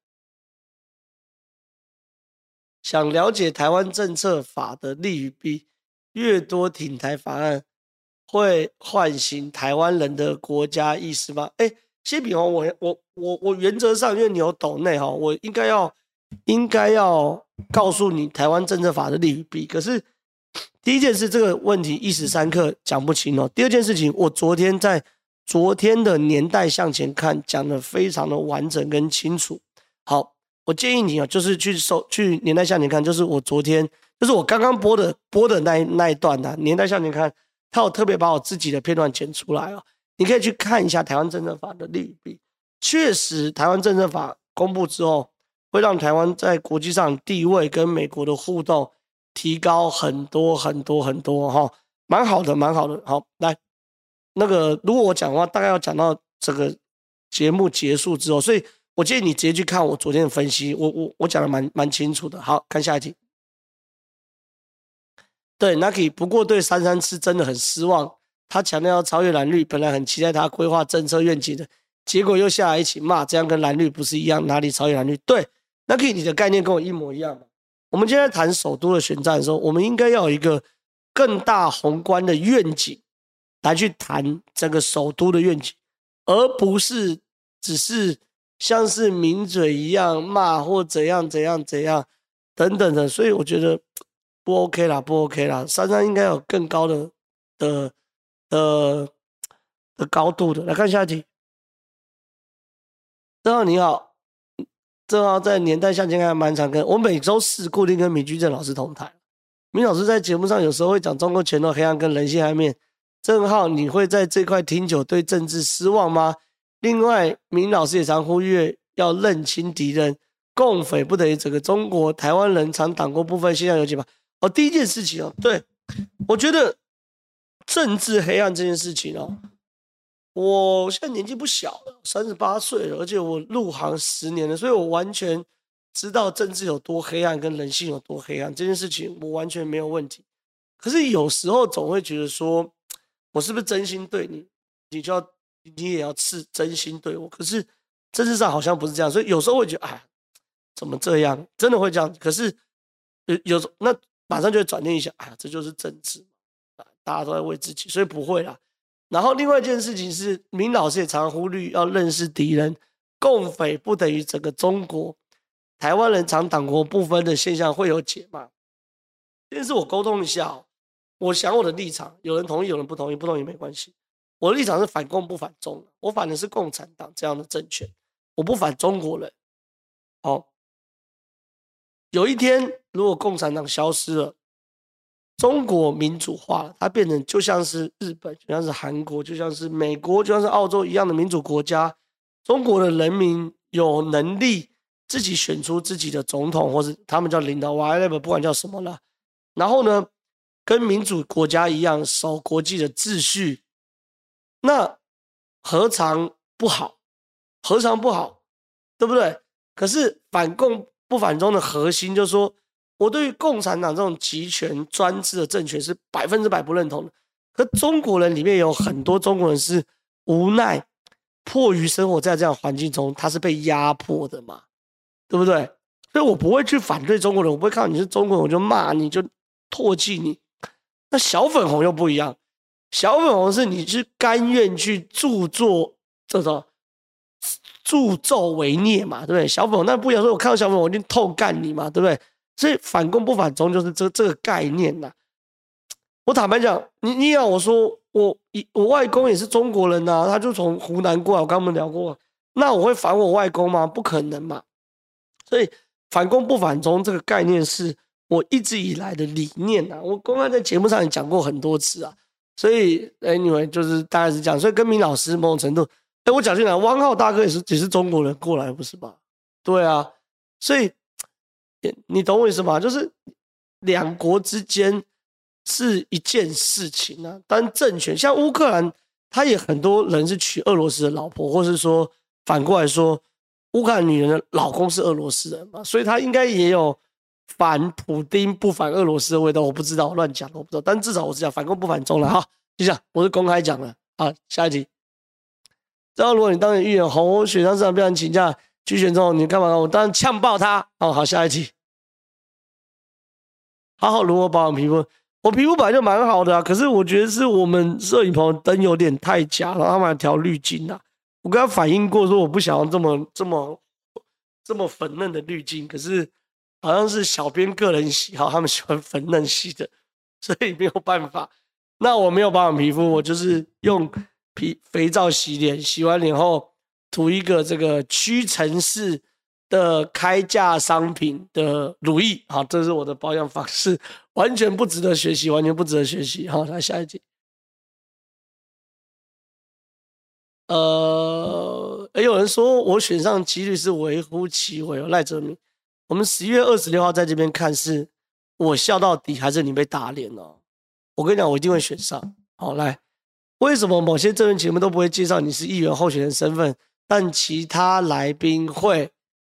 Speaker 1: 想了解台湾政策法的利与弊，越多挺台法案会唤醒台湾人的国家意识吗？谢炳宏，我原则上因为你有抖内我应该要告诉你台湾政策法的利与弊。可是第一件事，这个问题一时三刻讲不清第二件事情，我昨天的年代向前看讲得非常的完整跟清楚。好，我建议你就是去年代向前看，就是我昨天就是我刚刚播的那一段年代向前看，他有特别把我自己的片段剪出来你可以去看一下台湾政策法的利与弊。确实，台湾政策法公布之后，会让台湾在国际上地位跟美国的互动提高很多蛮好的。好，来，那个如果我讲的话，大概要讲到这个节目结束之后，所以我建议你直接去看我昨天的分析，我讲的蛮清楚的。好，看下一题。对 Naki， 不过对33次真的很失望，他强调要超越蓝绿，本来很期待他规划政策愿景的，结果又下来一起骂，这样跟蓝绿不是一样，哪里超越蓝绿？对 Naki， 你的概念跟我一模一样嘛。我们今天谈首都的选战的时候，我们应该要有一个更大宏观的愿景来去谈这个首都的愿景，而不是只是像是抿嘴一样骂或怎样等等的。所以我觉得不 OK 啦，33应该有更高的高度的。来看下一题。正好你好，正好在年代向前看蛮常跟我每周四固定跟闵居正老师同台。闵老师在节目上有时候会讲中国前头黑暗跟人性黑面。正好你会在这块听久对政治失望吗？另外，闵老师也常呼吁要认清敌人，共匪不等于整个中国，台湾人常党过部分现象有解吧？第一件事情对，我觉得政治黑暗这件事情我现在年纪不小了，38岁了，而且我入行10年了，所以我完全知道政治有多黑暗跟人性有多黑暗，这件事情我完全没有问题。可是有时候总会觉得说， 我是不是真心对你，你也要是真心对我。可是政治上好像不是这样，所以有时候会觉得，哎，怎么这样？真的会这样。可是有时候那马上就会转念一下，哎呀，这就是政治嘛，大家都在为自己，所以不会啦。然后另外一件事情是，明老师也常忽略要认识敌人，共匪不等于整个中国，台湾人常党国不分的现象会有解吗？这件事我沟通一下哦。我想我的立场，有人同意，有人不同意，不同意没关系。我的立场是反共不反中，我反的是共产党这样的政权，我不反中国人。好，有一天如果共产党消失了，中国民主化了，它变成就像是日本，就像是韩国，就像是美国，就像是澳洲一样的民主国家。中国的人民有能力自己选出自己的总统，或是他们叫领导 whatever， 不管叫什么了。然后呢，跟民主国家一样守国际的秩序，那何尝不好？何尝不好？对不对？可是反共不反中的核心就是说，我对于共产党这种集权专制的政权是100%不认同的。可中国人里面有很多中国人是无奈，迫于生活在这样的环境中，他是被压迫的嘛，对不对？所以我不会去反对中国人，我不会看到你是中国人我就骂你，就唾弃你。那小粉红又不一样，小粉红是你是甘愿去助纣为虐嘛，对不对？小粉红那不一样，说我看到小粉红我一定痛干你嘛，对不对？所以反共不反中就是这个概念呐。我坦白讲，你要我说我外公也是中国人呐，他就从湖南过来，我刚刚聊过，那我会反我外公吗？不可能嘛。所以反共不反中这个概念是我一直以来的理念呐，我公开在节目上也讲过很多次啊。所以 anyway 就是大概是这样。所以跟明老师某种程度，我讲进来，汪浩大哥也是中国人过来，不是吧？对啊，所以你懂我意思吗？就是两国之间是一件事情啊，但政权像乌克兰，他也很多人是娶俄罗斯的老婆，或是说反过来说，乌克兰女人的老公是俄罗斯人嘛，所以他应该也有反普丁不反俄罗斯的味道。我不知道，乱讲，我不知道，但至少我是讲反共不反中了哈。就这样，我是公开讲了啊。下一题，然后如果你当选议员，侯选上市场被人请假去选中，你干嘛？我当然呛爆他。哦，好，下一题。好好如何保养皮肤？我皮肤本来就蛮好的啊，可是我觉得是我们摄影棚灯有点太假，然后他们还调滤镜啊。我跟他反映过，说我不想要这么粉嫩的滤镜，可是好像是小编个人喜好，他们喜欢粉嫩系的，所以没有办法。那我没有保养皮肤，我就是用肥皂洗脸，洗完脸后涂一个这个屈臣氏的开价商品的乳液，好，这是我的保养方式，完全不值得学习，完全不值得学习。好，来下一题。有人说我选上几率是微乎其微哦，赖哲明。我们11月26号在这边看，是我笑到底，还是你被打脸哦？我跟你讲，我一定会选上。好，来，为什么某些政论节目都不会介绍你是议员候选人身份，但其他来宾会？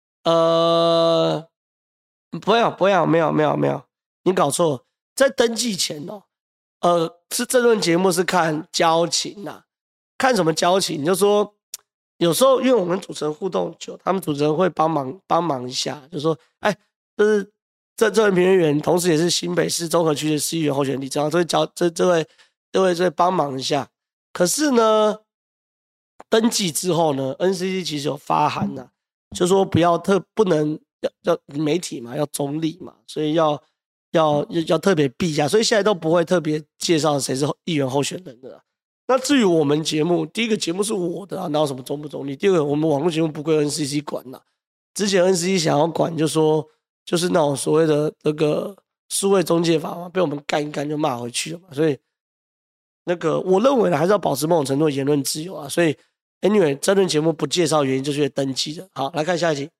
Speaker 1: 不要，没有，你搞错，在登记前哦，是政论节目是看交情呐，看什么交情？你就说有时候因为我们主持人互动久，他们主持人会帮忙一下，就说，哎，这是这位评论员，同时也是新北市中和区的市议员候选人李正，所以这位帮忙一下。可是呢，登记之后呢 ，NCC 其实有发函呐，就说不能要媒体嘛，要中立嘛，所以要特别避一下，所以现在都不会特别介绍谁是议员候选人的啦。那至于我们节目，第一个节目是我的啊，哪有什么中不中立？第二个，我们网络节目不归 NCC 管啦。之前 NCC 想要管，就是那种所谓的那个数位中介法嘛，被我们干一干就骂回去了嘛。所以那个我认为呢，还是要保持某种程度的言论自由啊。所以 anyway， 这轮节目不介绍原因就是因为登记的。好，来看下一题。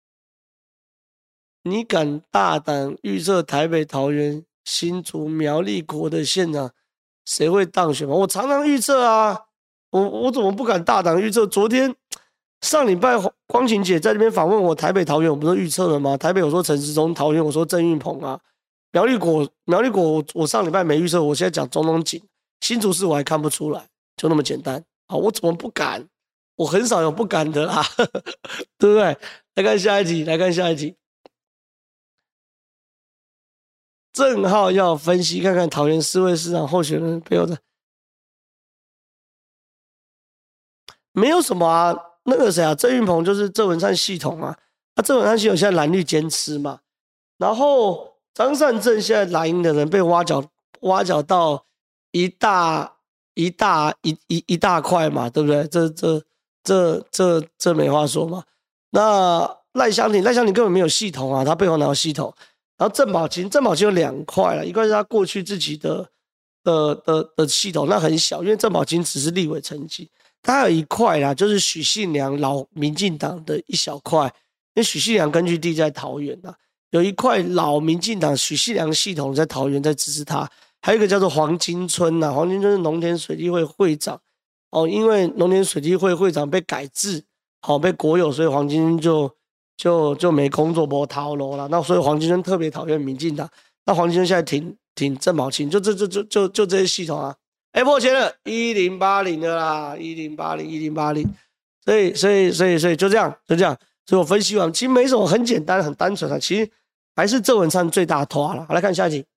Speaker 1: 你敢大胆预测台北、桃园、新竹、苗栗国的县长谁会当选吗？我常常预测啊，我怎么不敢大胆预测？上礼拜光晴姐在这边访问我台北、桃园，我不是预测了吗？台北我说陈时中，桃园我说郑运鹏啊，苗栗国我上礼拜没预测，我现在讲中东锦。 新竹市我还看不出来，就那么简单。好，我怎么不敢？我很少有不敢的啦，对不对？来看下一题，来看下一题。正好要分析看看桃园4位市长候选人背后的，没有什么啊。那个谁啊，郑运鹏就是郑文灿系统啊。那郑文灿系统现在蓝绿兼吃嘛。然后张善政现在蓝营的人被挖角到一大块嘛，对不对？这没话说嘛。那赖香伶根本没有系统啊，他背后哪有系统？然后郑宝清有2块了，一块是他过去自己的系统，那很小，因为郑宝清只是立委成绩。他有一块啦，就是许信良老民进党的一小块，因为许信良根据地在桃园啊，有一块老民进党许信良系统在桃园在支持他。还有一个叫做黄金村呐，黄金村是农田水利会会长哦，因为农田水利会会长被改制，好被国有，所以黄金村就没工作，没逃楼了。那所以黄金村特别讨厌民进党，那黄金村现在挺郑宝清，就这些系统啊。破千了，1080的啦，1080，所以就这样，所以我分析完，其实没什么，很简单，很单纯啊。其实还是郑文灿最大拖了。好，来看下一题。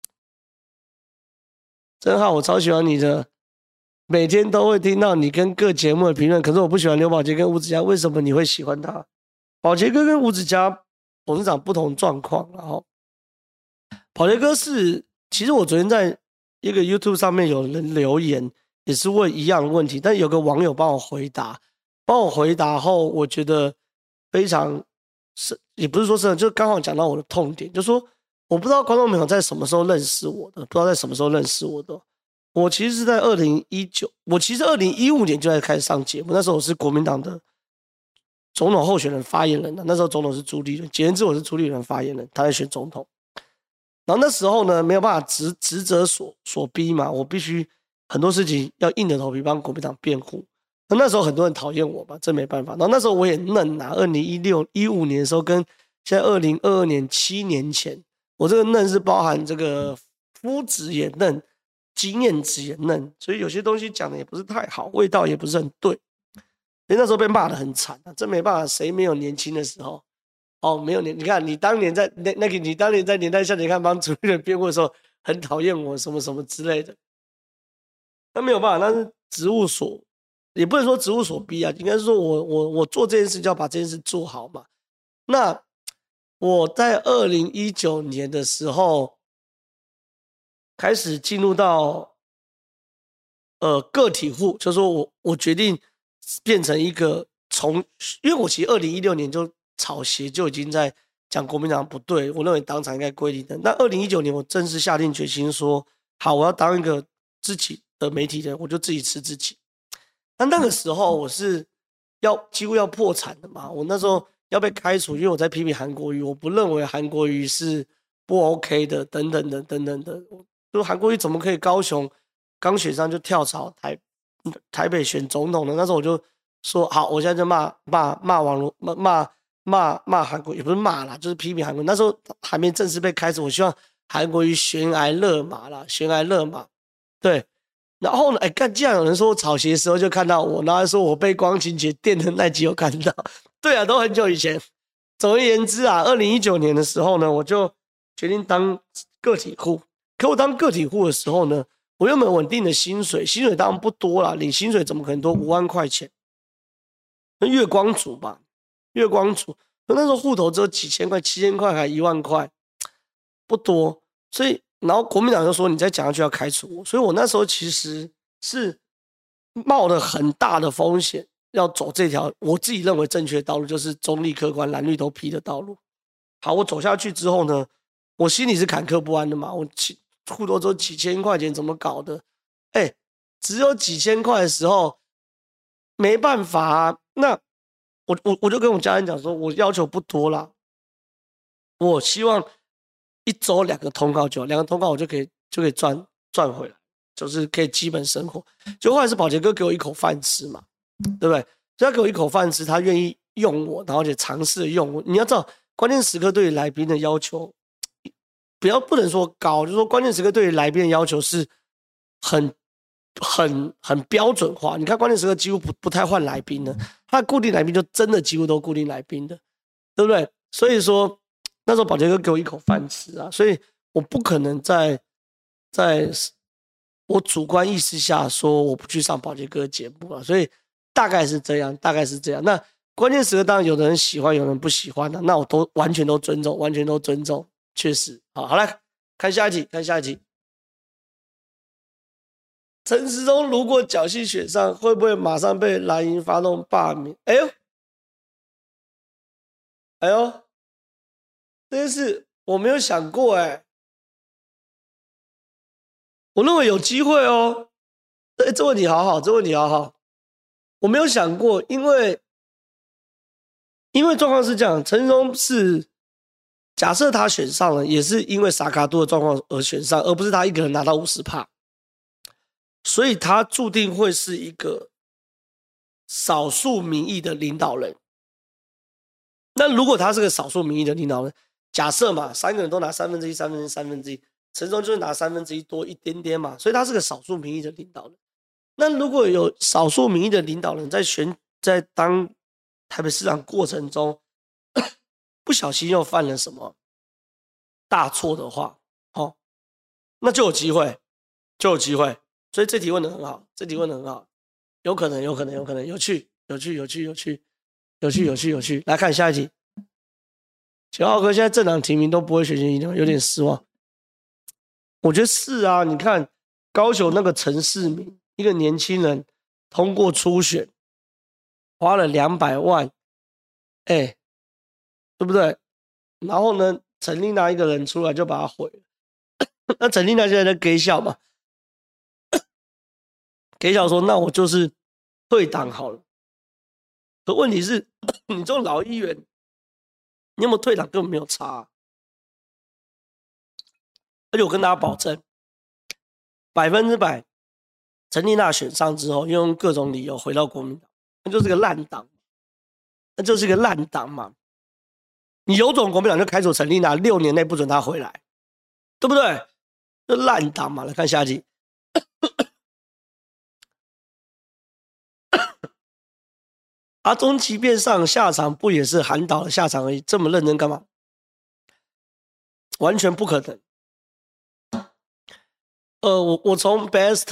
Speaker 1: 正好我超喜欢你的，每天都会听到你跟各节目的评论，可是我不喜欢刘宝杰跟吴子嘉，为什么你会喜欢他？宝杰哥跟吴子嘉董事长不同状况，然后宝杰哥是，其实我昨天在一个 YouTube 上面有人留言，也是问一样的问题，但有个网友帮我回答后，我觉得非常也不是说是，就刚好讲到我的痛点，就说我不知道观众朋友在什么时候认识我的，我其实是在2019，我其实2015年就在开始上节目，那时候我是国民党的总统候选人发言人，那时候总统是朱立伦，简言之我是朱立伦发言人，他在选总统。然后那时候呢，没有办法职责所逼嘛，我必须很多事情要硬着头皮帮国民党辩护。那时候很多人讨厌我嘛，这没办法。然后那时候我也嫩啊，2015年的时候跟现在2022年7年前，我这个嫩是包含这个肤质也嫩，经验值也嫩，所以有些东西讲的也不是太好，味道也不是很对。所以那时候被骂得很惨啊，这没办法，谁没有年轻的时候？哦，没有你看，你当年在你当年在年代下，你看帮主持人辩护的时候，很讨厌我什么什么之类的。那没有办法，那是职务所，也不能说职务所逼啊，应该是说我做这件事就要把这件事做好嘛。那我在2019年的时候开始进入到个体户，就是说我决定变成一个因为我其实2016年就草鞋就已经在讲国民党不对，我认为党产应该归零的。那2019年我正式下定决心说，好，我要当一个自己的媒体人，我就自己吃自己。那个时候我是几乎要破产的嘛，我那时候要被开除，因为我在批评韩国瑜，我不认为韩国瑜是不 OK 的，等等的。就韩国瑜怎么可以高雄刚选上就跳槽台北选总统呢？那时候我就说好，我现在就骂网络骂韩国，也不是骂啦，就是批评韩国。那时候还没正式被开除，我希望韩国瑜悬崖勒马啦，对。然后呢，既然有人说我草鞋的时候就看到我，然后说我被光晴节电的那集有看到，对啊，都很久以前。总而言之啊，2019年的时候呢，我就决定当个体户。可我当个体户的时候呢，我又没有稳定的薪水当然不多啦，领薪水怎么可能多5万块钱？那月光族吧，那时候户头只有几千块，7000块还1万块，不多。所以，然后国民党就说你再讲下去要开除我，所以我那时候其实是冒了很大的风险，要走这条我自己认为正确的道路，就是中立客观蓝绿都批的道路。好，我走下去之后呢，我心里是坎坷不安的嘛，我户头只有几千块钱，怎么搞的？只有几千块的时候，没办法啊。那我就跟我家人讲说，我要求不多啦，我希望1周2个通告就好，2个通告我就可以赚回来，就是可以基本生活。就后来是宝杰哥给我一口饭吃嘛，对不对？所以他给我一口饭吃，他愿意用我，然后也尝试用我。你要知道，关键时刻对于来宾的要求，不能说高，就是说关键时刻对于来宾的要求是很标准化。你看关键时刻几乎不太换来宾了，他的固定来宾就真的几乎都固定来宾的，对不对？所以说那时候宝杰哥给我一口饭吃啊，所以我不可能在我主观意识下说我不去上宝杰哥的节目了，所以大概是这样，大概是这样。那关键时刻当然有的人喜欢，有人不喜欢的，那我都完全都尊重，完全都尊重，确实。好来看下一题，看下一题。陈时中如果侥幸选上，会不会马上被蓝营发动罢免？哎呦，哎呦，这件事我没有想过哎，我认为有机会哦。这问题好好，这问题好好，我没有想过，因为状况是这样，陈时中是假设他选上了，也是因为萨卡多的状况而选上，而不是他一个人拿到50%，所以他注定会是一个少数民意的领导人。那如果他是个少数民意的领导人，假设嘛，3个人都拿1/3、1/3、1/3，陈时中就是拿1/3多一点点嘛，所以他是个少数民意的领导人。那如果有少数民意的领导人在当台北市长过程中不小心又犯了什么大错的话，那就有机会，就有机会。所以这题问得很好，这题问得很好，有可能，有可能，有可能，有趣，有趣，有趣，有趣，有趣，有趣，有趣。来看下一题。9号哥现在政党提名都不会选进1，有点失望。我觉得是啊，你看高雄那个陈世明，一个年轻人通过初选，花了200万，哎，对不对？然后呢，陈丽娜一个人出来就把他毁了。那陈丽娜现在在给笑嘛？给笑说，那我就是退党好了。可问题是，你这种老议员，你有没有退党根本没有差啊。而且我跟大家保证，100%，陈丽娜选上之后，用各种理由回到国民党，那就是个烂党，那就是个烂党嘛。你有种国民党就开除陈丽娜，6年内不准她回来，对不对？这烂党嘛。来看下集。阿中即便上下场，不也是韩导的下场而已？这么认真干嘛？完全不可能。我从 Best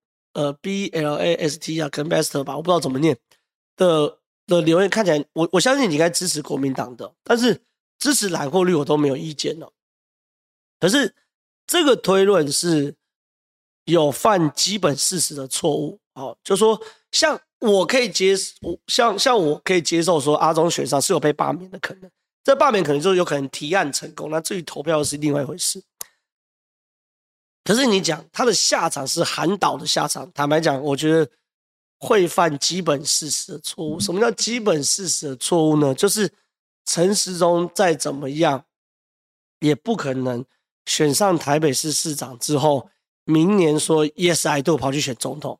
Speaker 1: BLAST 啊，跟 Best 吧，我不知道怎么念的留言看起来，我相信你应该支持国民党的，但是支持蓝或绿我都没有意见哦。可是这个推论是有犯基本事实的错误，就说像我可以接受说阿中选上是有被罢免的可能，这罢免可能就是有可能提案成功，那至于投票是另外一回事。可是你讲他的下场是韩导的下场，坦白讲，我觉得会犯基本事实的错误。什么叫基本事实的错误呢？就是陈时中再怎么样，也不可能选上台北市市长之后，明年说 Yes I do 跑去选总统，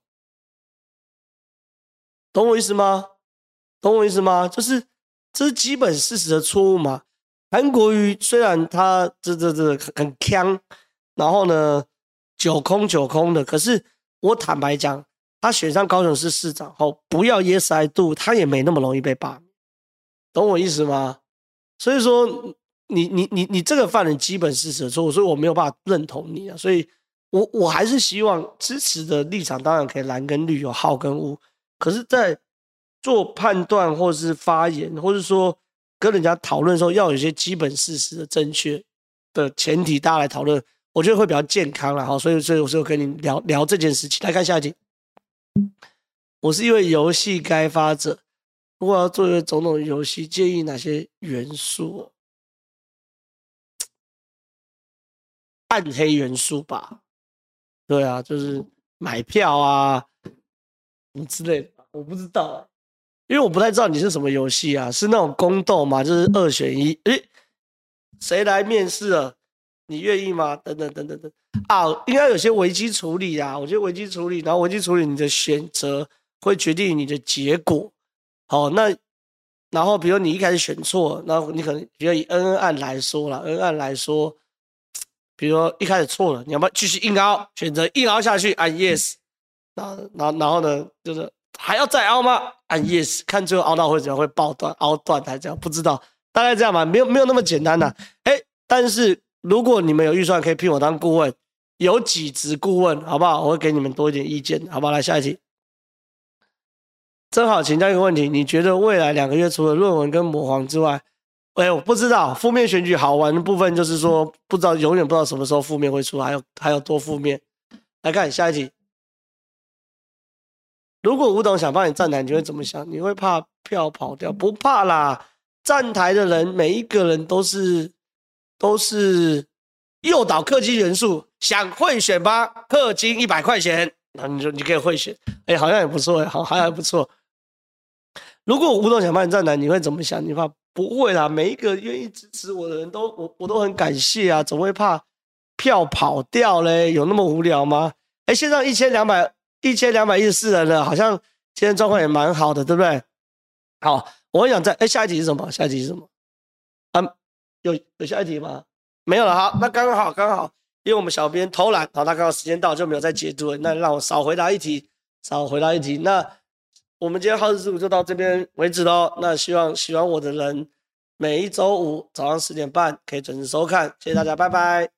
Speaker 1: 懂我意思吗？懂我意思吗？就是这是基本事实的错误嘛。韩国瑜虽然他这很呛，然后呢九空的，可是我坦白讲，他选上高雄市市长后，不要 Yes I do， 他也没那么容易被罢免，懂我意思吗？所以说你这个犯了基本事实的错误，所以我没有办法认同你啊。所以我还是希望支持的立场当然可以蓝跟绿有好跟恶，可是在做判断或是发言，或是说跟人家讨论的时候，要有一些基本事实的正确的前提，大家来讨论，我觉得会比较健康啦。所以我是跟你聊这件事情。来看下一题。我是一位游戏开发者，如果要做一个总统游戏，建议哪些元素？暗黑元素吧。对啊，就是买票啊什么之类的，我不知道因为我不太知道你是什么游戏啊，是那种宫斗吗？就是2选1，谁来面试了？你愿意吗？等等啊，应该有些危机处理啊，我觉得危机处理，然后危机处理你的选择会决定你的结果。好，那然后比如你一开始选错，然后你可能比如以恩案来说啦，恩案来说，比如说一开始错了，你要不要继续硬凹？选择硬凹下去，按 yes， 然后呢，就是还要再凹吗？按 yes， 看最后凹到会怎样，会爆断、凹断还是这样，不知道，大概这样吧，没有那么简单呐。但是如果你们有预算，可以聘我当顾问，有几职顾问，好不好？我会给你们多一点意见，好不好？来下一题。正好请教一个问题，你觉得未来2个月除了论文跟模黄之外，我不知道负面选举好玩的部分就是说，不知道永远不知道什么时候负面会出，还有多负面。来看下一题，如果吴董想帮你站台，你会怎么想？你会怕票跑掉？不怕啦，站台的人每一个人都是诱导氪金元素，想贿选吧，氪金100块钱，那你可以贿选，好像也不错，好像还不错。如果吴董想帮你站台，你会怎么想？你怕？不会啦，每一个愿意支持我的人我都很感谢啊，怎么会怕票跑掉嘞？有那么无聊吗？线上1214人了，好像今天状况也蛮好的，对不对？好，我很想下一题是什么？下一题是什么？有下一题吗？没有了，好，那刚好，因为我们小编偷懒，好，那刚好时间到就没有再解读了，那让我少回答一题。那我们今天好事之徒就到这边为止咯。那希望喜欢我的人每一周五早上10点半可以准时收看，谢谢大家，拜拜。